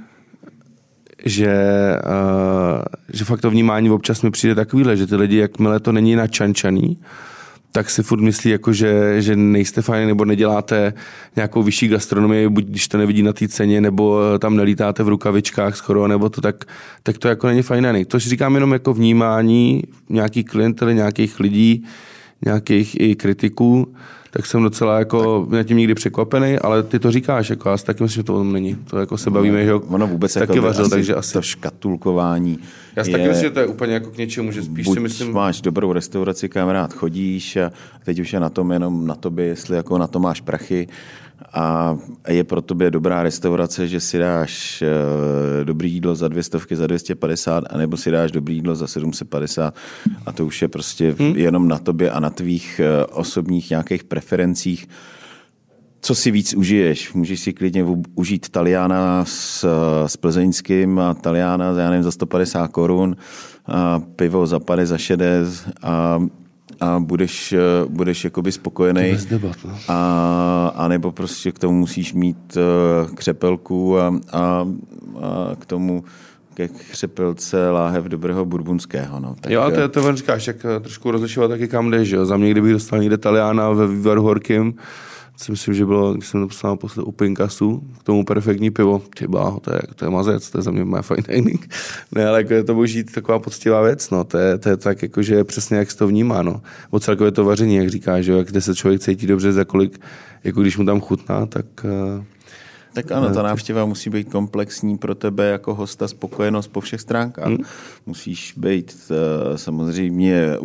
fakt to vnímání občas mi přijde takovýhle, že ty lidi, jakmile to není načančaný, tak si furt myslí, jako, že nejste fajn, nebo neděláte nějakou vyšší gastronomii, buď když to nevidí na té ceně, nebo tam nelítáte v rukavičkách skoro, nebo to tak to jako není fajn. To říkám jenom jako vnímání nějakých klientely, nějakých lidí, nějakých i kritiků, tak jsem docela jako nad tím nikdy překvapený, ale ty to říkáš, jako já si taky myslím, že to není. To jako se bavíme, že ono vůbec taky jako vařil, takže asi to škatulkování. Já si taky myslím, že to je úplně jako k něčemu, že spíš si myslím... máš dobrou restauraci, kam rád chodíš a teď už je na tom jenom na tobě, jestli jako na to máš prachy a je pro tobě dobrá restaurace, že si dáš dobrý jídlo za 200, za 250, anebo si dáš dobrý jídlo za 750 a to už je prostě jenom na tobě a na tvých osobních nějakých preferencích. co si víc užiješ. Můžeš si klidně užít Taliana s plzeňským a Taliana, já nevím, za 150 korun, a pivo za 50, za 60 a budeš jakoby spokojený. Bez debat, no. A nebo prostě k tomu musíš mít křepelku a k tomu ke křepelce láhev dobrého burbunského. No. Tak, jo, ale to říkáš, jak trošku rozlišovat taky kam jdeš. Jo. Za mě, kdybych dostal někde Taliana ve vývaru horkým, si myslím, že bylo, když jsem to poslal naposled u Pinkasu, k tomu perfektní pivo. Tyba, to je mazec, to je za mě moje fine dining. Ne, ale jako je to boží taková poctivá věc, no. To je tak, jako, že přesně jak se to vnímá, no. O celkově to vaření, jak říkáš, že jo, jak kde se člověk cítí dobře, za kolik, jako když mu tam chutná, tak... Tak ano, ta návštěva musí být komplexní pro tebe jako hosta, spokojenost po všech stránkách. Musíš být, samozřejmě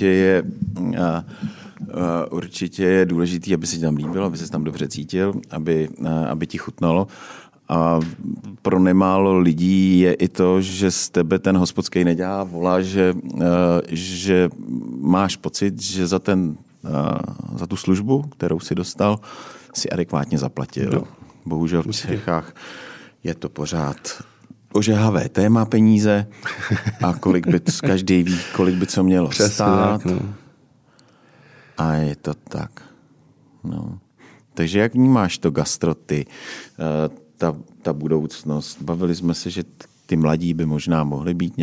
určitě je důležitý, aby se ti tam líbilo, aby se tam dobře cítil, aby ti chutnalo. A pro nemálo lidí je i to, že z tebe ten hospodský nedělá, volá, že máš pocit, že za tu službu, kterou si dostal, si adekvátně zaplatil. No. Bohužel v Čechách je to pořád ožehavé téma peníze a každý ví, kolik by co mělo stát. Tak, no. A je to tak. No. Takže jak vnímáš to gastro ty, ta budoucnost? Bavili jsme se, že ty mladí by možná mohly být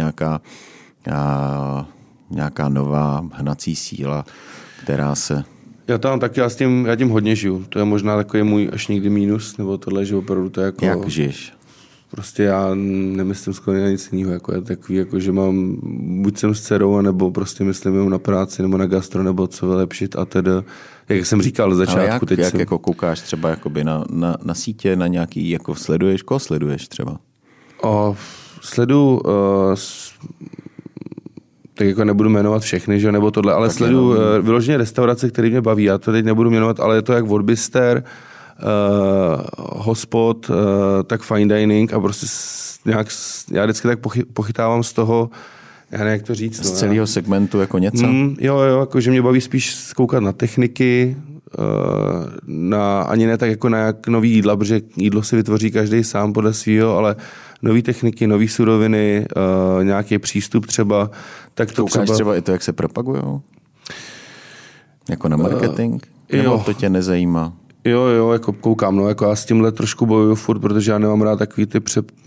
nějaká nová hnací síla, která se... Já tím hodně žiju. To je možná takový můj až někdy mínus, nebo tohle, že opravdu to je jako... Jak žiješ? Prostě já nemyslím skoro na nic jiného. Jako je takový, jako, že mám, buď jsem s dcerou, nebo prostě myslím jenom na práci, nebo na gastro, nebo co vylepšit a tedy, jak jsem říkal z začátku. Ale jak jako koukáš třeba jakoby na sítě, na nějaký, jako sleduješ, koho sleduješ třeba? Sleduju tak jako nebudu jmenovat všechny, že nebo tohle, ale sleduju vyloženě restaurace, které mě baví. Já to teď nebudu jmenovat, ale je to jak Vodbister, hospod, tak fine dining a prostě já vždycky tak pochytávám z toho, já nevím, jak to říct. Z celého segmentu jako něco? Jo, jako že mě baví spíš koukat na techniky, ani ne tak jako na jak nový jídla, protože jídlo si vytvoří každý sám podle svýho, ale nový techniky, nový suroviny, nějaký přístup třeba. Tak to koukáš třeba i to, jak se propagujou? Jako na marketing? Nebo to tě nezajímá? Jo, jako koukám, no, jako já s tímhle trošku bojuju furt, protože já nemám rád takový ty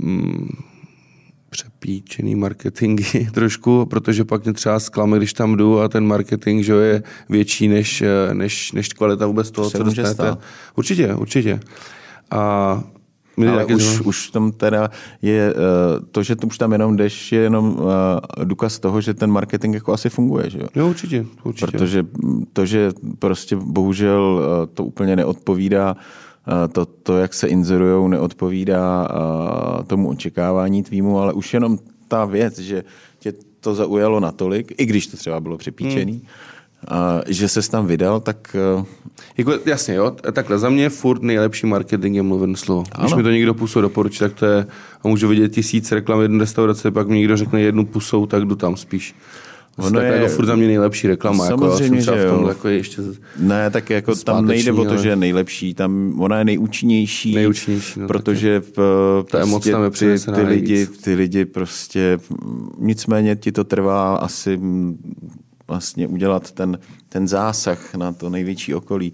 přepíčený marketingy trošku, protože pak mě třeba zklame, když tam jdu a ten marketing, že je větší než kvalita vůbec toho, co dostanete. Určitě. A ale už tam teda je to, že už tam jenom jdeš, je jenom důkaz toho, že ten marketing jako asi funguje, že jo? Jo, určitě. Protože to, že prostě bohužel to úplně neodpovídá, to jak se inzerujou, neodpovídá tomu očekávání tvýmu, ale už jenom ta věc, že tě to zaujalo natolik, i když to třeba bylo přepíčený, že ses tam vydal, tak... Jako, jasně, jo, takhle za mě furt nejlepší marketing je mluvené slovo. Když mi to někdo pusou doporučí, tak to je, a můžu vidět 1000 reklam jednu restaurace, pak mi někdo řekne jednu pusou, tak jdu tam spíš. Ono je jako furt za mě nejlepší reklama. Samozřejmě, jako, že jo. Jako ještě ne, tak jako tam nejde o to, že je nejlepší, tam ona je nejúčinnější, no, protože prostě ty lidi prostě, nicméně ti to trvá asi vlastně udělat ten zásah na to největší okolí.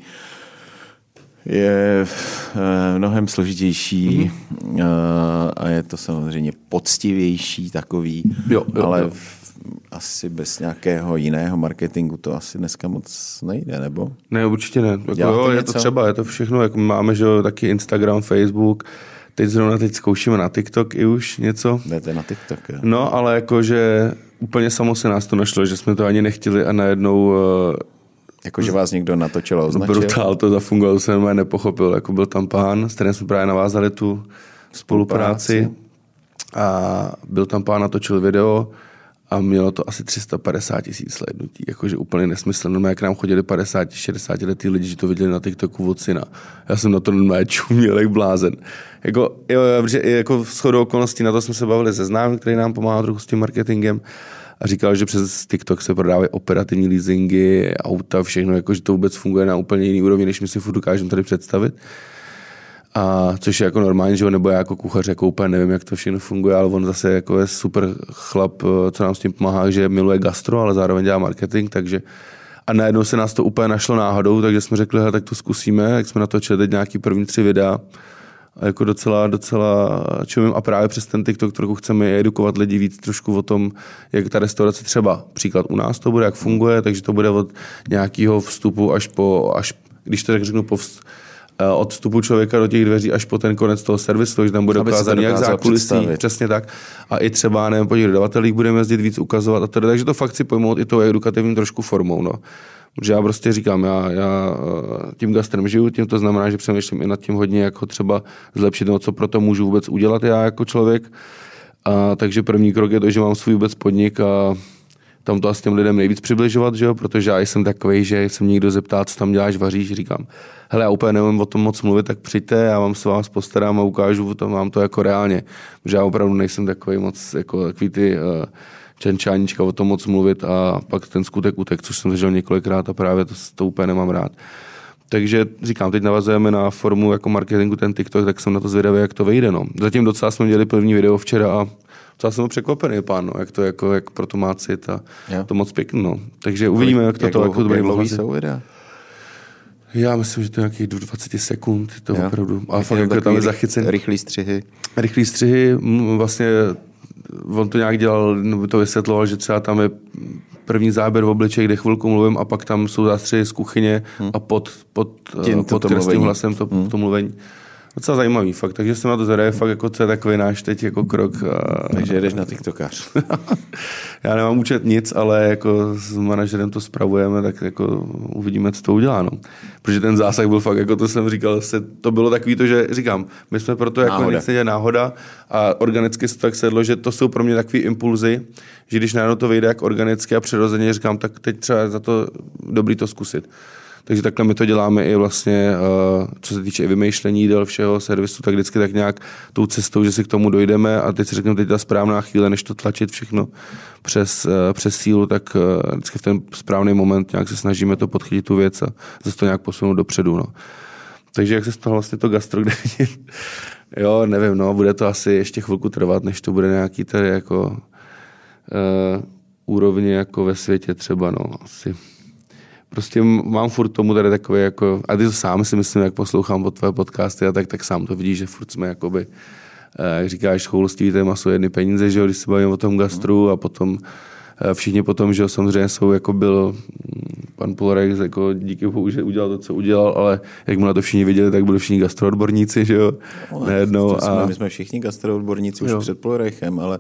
Je mnohem složitější a je to samozřejmě poctivější takový, ale asi bez nějakého jiného marketingu to asi dneska moc nejde, nebo? Ne, určitě ne. Jako, je to třeba, je to všechno, jako máme, že taky Instagram, Facebook, teď zkoušíme na TikTok i už něco. Jdete na TikTok, jo. No, ale jakože úplně samo se nás to našlo, že jsme to ani nechtěli a najednou... Jakože vás někdo natočil a označil? Brutál, to zafungovalo, jsem jenom nepochopil. Jako byl tam pán, s kterým jsme právě navázali tu spolupráci a byl tam pán, natočil video a mělo to asi 350 000 slednutí. Jakože úplně nesmysl. No, jak nám chodili 50-60 letý lidi, že to viděli na TikToku od syna. Já jsem na to čuměl jak blázen. Jako shodou okolností, na to jsme se bavili se známým, který nám pomáhá trochu s tím marketingem. a říkal, že přes TikTok se prodávají operativní leasingy, auta, všechno, jako, že to vůbec funguje na úplně jiný úrovni, než my si furt dokážeme tady představit. A což je jako normální, že on, nebo já jako kuchař jako úplně nevím, jak to všechno funguje, ale on zase jako je super chlap, co nám s tím pomáhá, že miluje gastro, ale zároveň dělá marketing, takže a najednou se nás to úplně našlo náhodou, takže jsme řekli, tak to zkusíme, jak jsme natočili teď nějaký první 3 videa a jako docela čumím a právě přes ten TikTok trochu chceme edukovat lidi víc trošku o tom, jak ta restaurace třeba, příklad u nás to bude, jak funguje, takže to bude od nějakého vstupu až když to tak řeknu, od vstupu člověka do těch dveří až po ten konec toho servisu, takže tam bude ukázaný jak zákulisí, přesně tak. A i třeba, nevím, po těch dodavatelích budeme jezdit víc ukazovat a tedy, takže to fakt si pojmout i tou edukativní trošku formou, no. Protože já prostě říkám, já tím gastrem žiju, tím to znamená, že přemýšlím i nad tím hodně, jako třeba zlepšit, no, co pro to můžu vůbec udělat já jako člověk. A takže první krok je to, že mám svůj vůbec podnik a tam to asi těm lidem nejvíc přibližovat, že jo? Protože já jsem takovej, že se mě někdo zeptá, co tam děláš, vaříš, říkám, hele, já úplně nevím o tom moc mluvit, tak přijďte, já vám se vás postarám a ukážu vám to jako reálně. Protože já opravdu nejsem takový moc, jako takový ty čenčáníčka o tom moc mluvit a pak ten skutek utek, což jsem zažil několikrát a právě to úplně nemám rád. Takže říkám, teď navazujeme na formu jako marketingu ten TikTok, tak jsem na to zvědavý, jak to vyjde. No. Zatím docela jsme dělali první video včera a docela jsem překvapený, pán, no, jak pro to má cít a to moc pěkný. No. Takže uvidíme, jak to bude. Jak dlouhý jsou videa? Já myslím, že to je nějakých 20 sekund, to opravdu. A fakt jako tam je zachycený. Rychlý střihy. Rychlý střihy, vlastně on to nějak dělal, no, to vysvětloval, že třeba tam je první záběr v obličeji, kde chvilku mluvím a pak tam jsou zástřihy z kuchyně a pod krstým hlasem to mluvení. Docela zajímavý fakt, takže jsem na to zvědavý, fakt jako co je takový náš teď jako krok. Takže jedeš na TikTokář. Já nemám účet nic, ale jako s manažerem to spravujeme, tak jako uvidíme, co to udělá. No. Protože ten zásah byl fakt, jako to jsem říkal, to bylo takový to, že říkám, my jsme proto jako nic nedělali náhoda a organicky se tak sedlo, že to jsou pro mě takový impulzy, že když najednou to vyjde jak organicky a přirozeně, říkám, tak teď třeba za to dobrý to zkusit. Takže takhle my to děláme i vlastně, co se týče i vymýšlení jídel všeho servisu, tak vždycky tak nějak tou cestou, že si k tomu dojdeme a teď si řekneme, teď ta správná chvíle, než to tlačit všechno přes sílu, tak vždycky v ten správný moment nějak se snažíme to podchytit tu věc a zase to nějak posunout dopředu. No. Takže jak se stalo vlastně to gastro, kde vidím, jo, nevím, no, bude to asi ještě chvilku trvat, než to bude nějaký tady jako úrovně jako ve světě třeba, no, asi. Prostě mám furt tomu tady takové jako, a ty to sám si myslím, jak poslouchám po tvoje podcasty a tak sám to vidíš, že furt jsme jakoby, jak říkáš, choulostivý téma jsou jedny peníze, že jo, když se bavíme o tom gastru a potom všichni potom, že jo, samozřejmě jsou, jako byl pan Polorek, jako díky bohu, že udělal to, co udělal, ale jak mu na to všichni viděli, tak byli všichni gastroodborníci, že jo, nejednou. My jsme všichni gastroodborníci už před Polorejchem, ale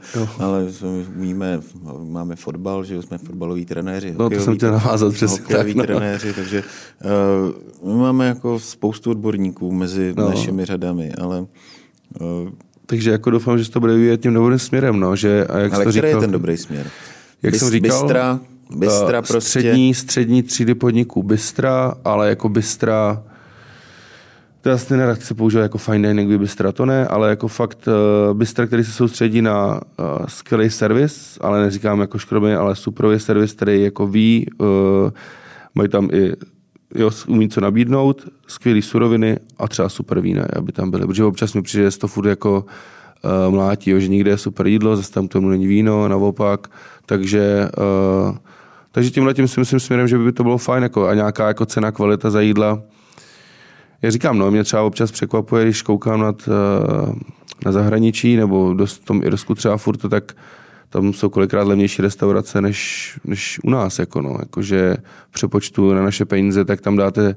máme fotbal, že jo, jsme fotbaloví trenéři, no, to jsem chtěl navázat přesně tak, trenéři, takže my máme jako spoustu odborníků mezi našimi řadami, ale takže jako doufám, že to bude vyvíjet tím dobrým směrem, no, že a jak ale to který říkal, je ten dobrý směr? Jak jsem říkal, Bystra prostě. Střední třídy podniků Bystra, ale jako Bystra, to jasně nerad se používat jako fine dining Bystra, to ne, ale jako fakt Bystra, který se soustředí na skvělý servis, ale neříkám jako škrobě, ale superový servis, který jako ví, mají tam i umí co nabídnout, skvělý suroviny a třeba super vína, aby tam byly, protože občas mi přijde z toho food jako mlátí, že někde je super jídlo, zase tam tomu není víno, naopak, takže tímhletím si myslím směrem, že by to bylo fajn jako, a nějaká jako cena, kvalita za jídla. Já říkám, no, mě třeba občas překvapuje, když koukám na zahraničí, nebo dost v tom Irsku třeba furt, tak tam jsou kolikrát levnější restaurace než u nás, jako no, jakože přepočtu na naše peníze, tak tam dáte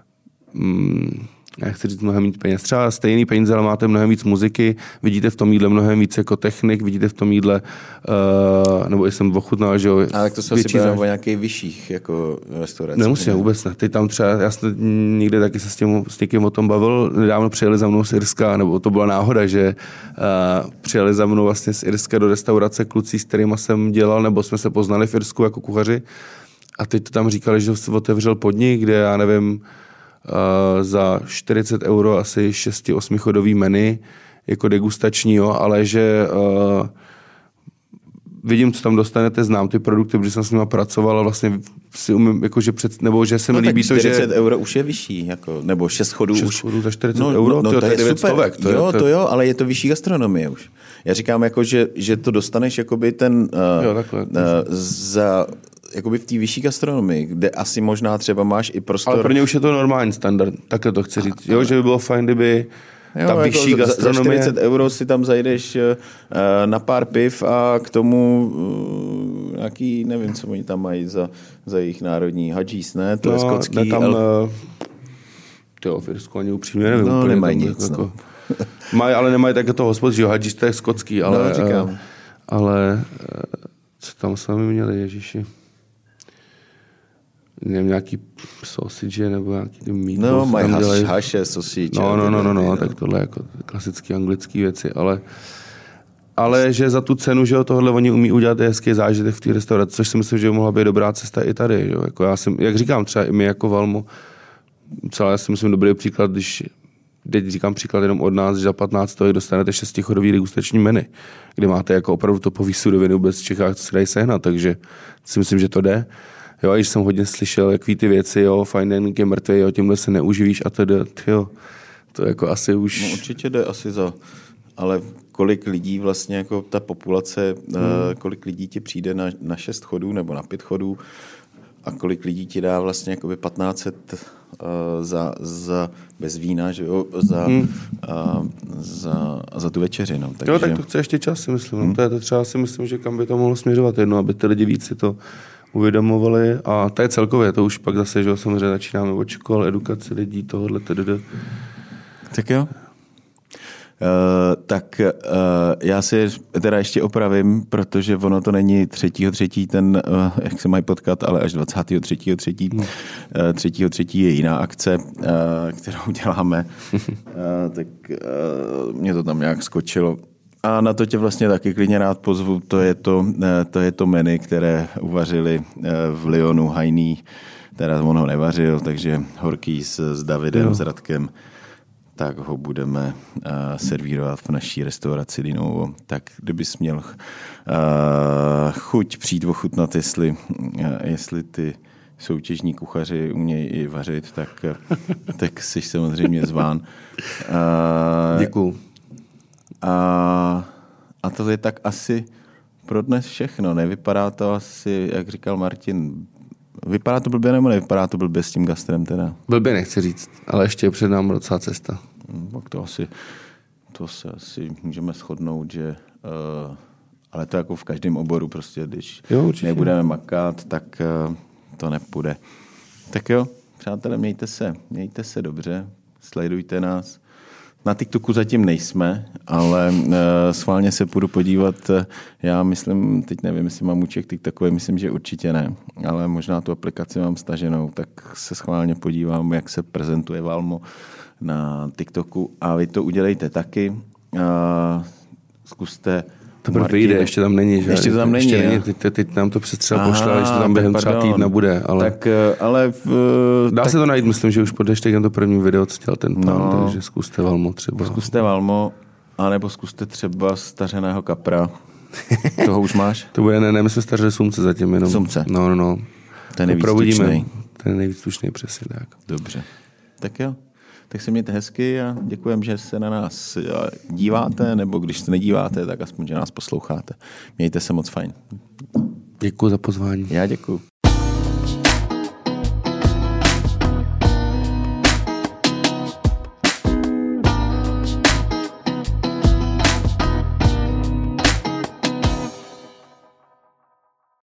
já chci říct mnohem víc peněz. Třeba stejný peníze, ale máte mnohem víc muziky, vidíte v tom jídle mnohem víc jako technik, vidíte v tom jídle, nebo jsem ochutnal, že jo. Ale tak to se asi bavíme o nějakých vyšších jako restauracích. Nemusím, vůbec ne. Ty tam třeba, já jsem někde taky se s někým o tom bavil, nedávno přijeli za mnou z Irska, nebo to byla náhoda, že přijeli za mnou vlastně z Irska do restaurace kluci, s kterýma jsem dělal, nebo jsme se poznali v Irsku jako kuchaři. A teď to tam říkali, že se otevřel podnik, kde já nevím, za 40 € asi 6-8 chodový menu, jako degustační, jo, ale že vidím, co tam dostanete, znám ty produkty, protože jsem s nima pracoval a vlastně si umím, jakože nebo že se mi líbí to, že... 40 euro už je vyšší, jako, nebo 6 schodů 6 už. schodů za 40 euro, to je 9 stovek. To jo, ale je to vyšší gastronomie už. Já říkám, jako, že to dostaneš jakoby ten za... jakoby v té vyšší gastronomii, kde asi možná třeba máš i prostor... Ale pro ně už je to normální standard, takhle to chci říct. Jo, že by bylo fajn, kdyby ta vyšší gastronomie... Za 40 euro si tam zajdeš na pár piv a k tomu nějaký, nevím, co oni tam mají za jejich národní hadžís, ne? To je skotský. Ne tam, v Irsku ani upřímně nevím. No, nemají tam, nic, jako, mají, ale nemají také to hospod, že jo, hadžís to je skotský, ale... No, říkám. Ale co tam sami měli, ježiši? Nevím, nějaký sausage nebo nějaký ty meatballs. No, mají haše, sausage. No, tak tohle je jako klasické anglické věci, ale že za tu cenu, že tohle oni umí udělat hezký zážitek v té restauraci, což si myslím, že by mohla být dobrá cesta i tady. Jo. Jako já jsem, jak říkám, třeba i my jako Valmo, celé si myslím dobrý příklad, když teď říkám příklad jenom od nás, že za 15 stovek dostanete 6chodový degustační menu, kde máte jako opravdu topový sudoviny vůbec v Čechách, co se dají sehnat, takže si myslím, že to jde. Jo, když jsem hodně slyšel, jaký ty věci, jo, fine dining je mrtvý, jo, tímhle se neuživíš a tedy, jo, to jako asi už... No určitě jde asi ale kolik lidí vlastně, jako ta populace, kolik lidí ti přijde na 6 chodů nebo na 5 chodů a kolik lidí ti dá vlastně jakoby 1500 za bez vína, že jo, za tu večeři, no. Takže... Jo, tak to chce ještě čas, si myslím, no. To je to třeba si myslím, že kam by to mohlo směřovat jedno, aby ty lidi víc si to uvědomovali a to je celkově, to už pak zase, že samozřejmě začínáme od škol, edukace lidí, tohohle, Tak jo. Já si teda ještě opravím, protože ono to není 3.3. ten, jak se mají potkat, ale až 23.3. 3.3. je jiná akce, kterou děláme. Tak mě to tam nějak skočilo. A na to tě vlastně taky klidně rád pozvu. To je to menu, které uvařili v Lyonu Hajný. Teda on ho nevařil, takže horký s Davidem, s Radkem. Tak ho budeme servírovat v naší restauraci Dinovo. Tak kdybys měl chuť přijít ochutnat, jestli ty soutěžní kuchaři umějí i vařit, tak jsi samozřejmě zván. Děkuju. A to je tak asi pro dnes všechno. Nevypadá to asi, jak říkal Martin, vypadá to blbě nebo nevypadá to blbě s tím gastrem teda? Blbě nechci říct, ale ještě je před námi docela cesta. Tak to se asi můžeme shodnout, že ale to jako v každém oboru prostě, když nebudeme makat, tak to nepůjde. Tak jo, přátelé, mějte se dobře, sledujte nás. Na TikToku zatím nejsme, ale schválně se půjdu podívat. Já myslím, teď nevím, jestli mám účet TikTokový, myslím, že určitě ne, ale možná tu aplikaci mám staženou, tak se schválně podívám, jak se prezentuje Valmo na TikToku a vy to udělejte taky. Zkuste... To vyjde, ještě tam není, že? Ještě to tam není. Teď nám to přestřela pošle, ale ještě to tam během třeba týdna bude. Ale dá se to najít, myslím, že už pod hashtagem to první video, co dělal ten pán, takže zkuste Valmo třeba. Zkuste Valmo, anebo zkuste třeba stařeného kapra. Toho už máš? To bude, ne, my jsme stařili Sumce zatím jenom. Sumce? No. Ten je nejvíc tučnej. Ten je nejvíc tučnej, přesně tak. Dobře. Tak jo. Tak se mějte hezky a děkujem, že se na nás díváte, nebo když se nedíváte, tak aspoň, že nás posloucháte. Mějte se moc fajn. Děkuji za pozvání. Já děkuji.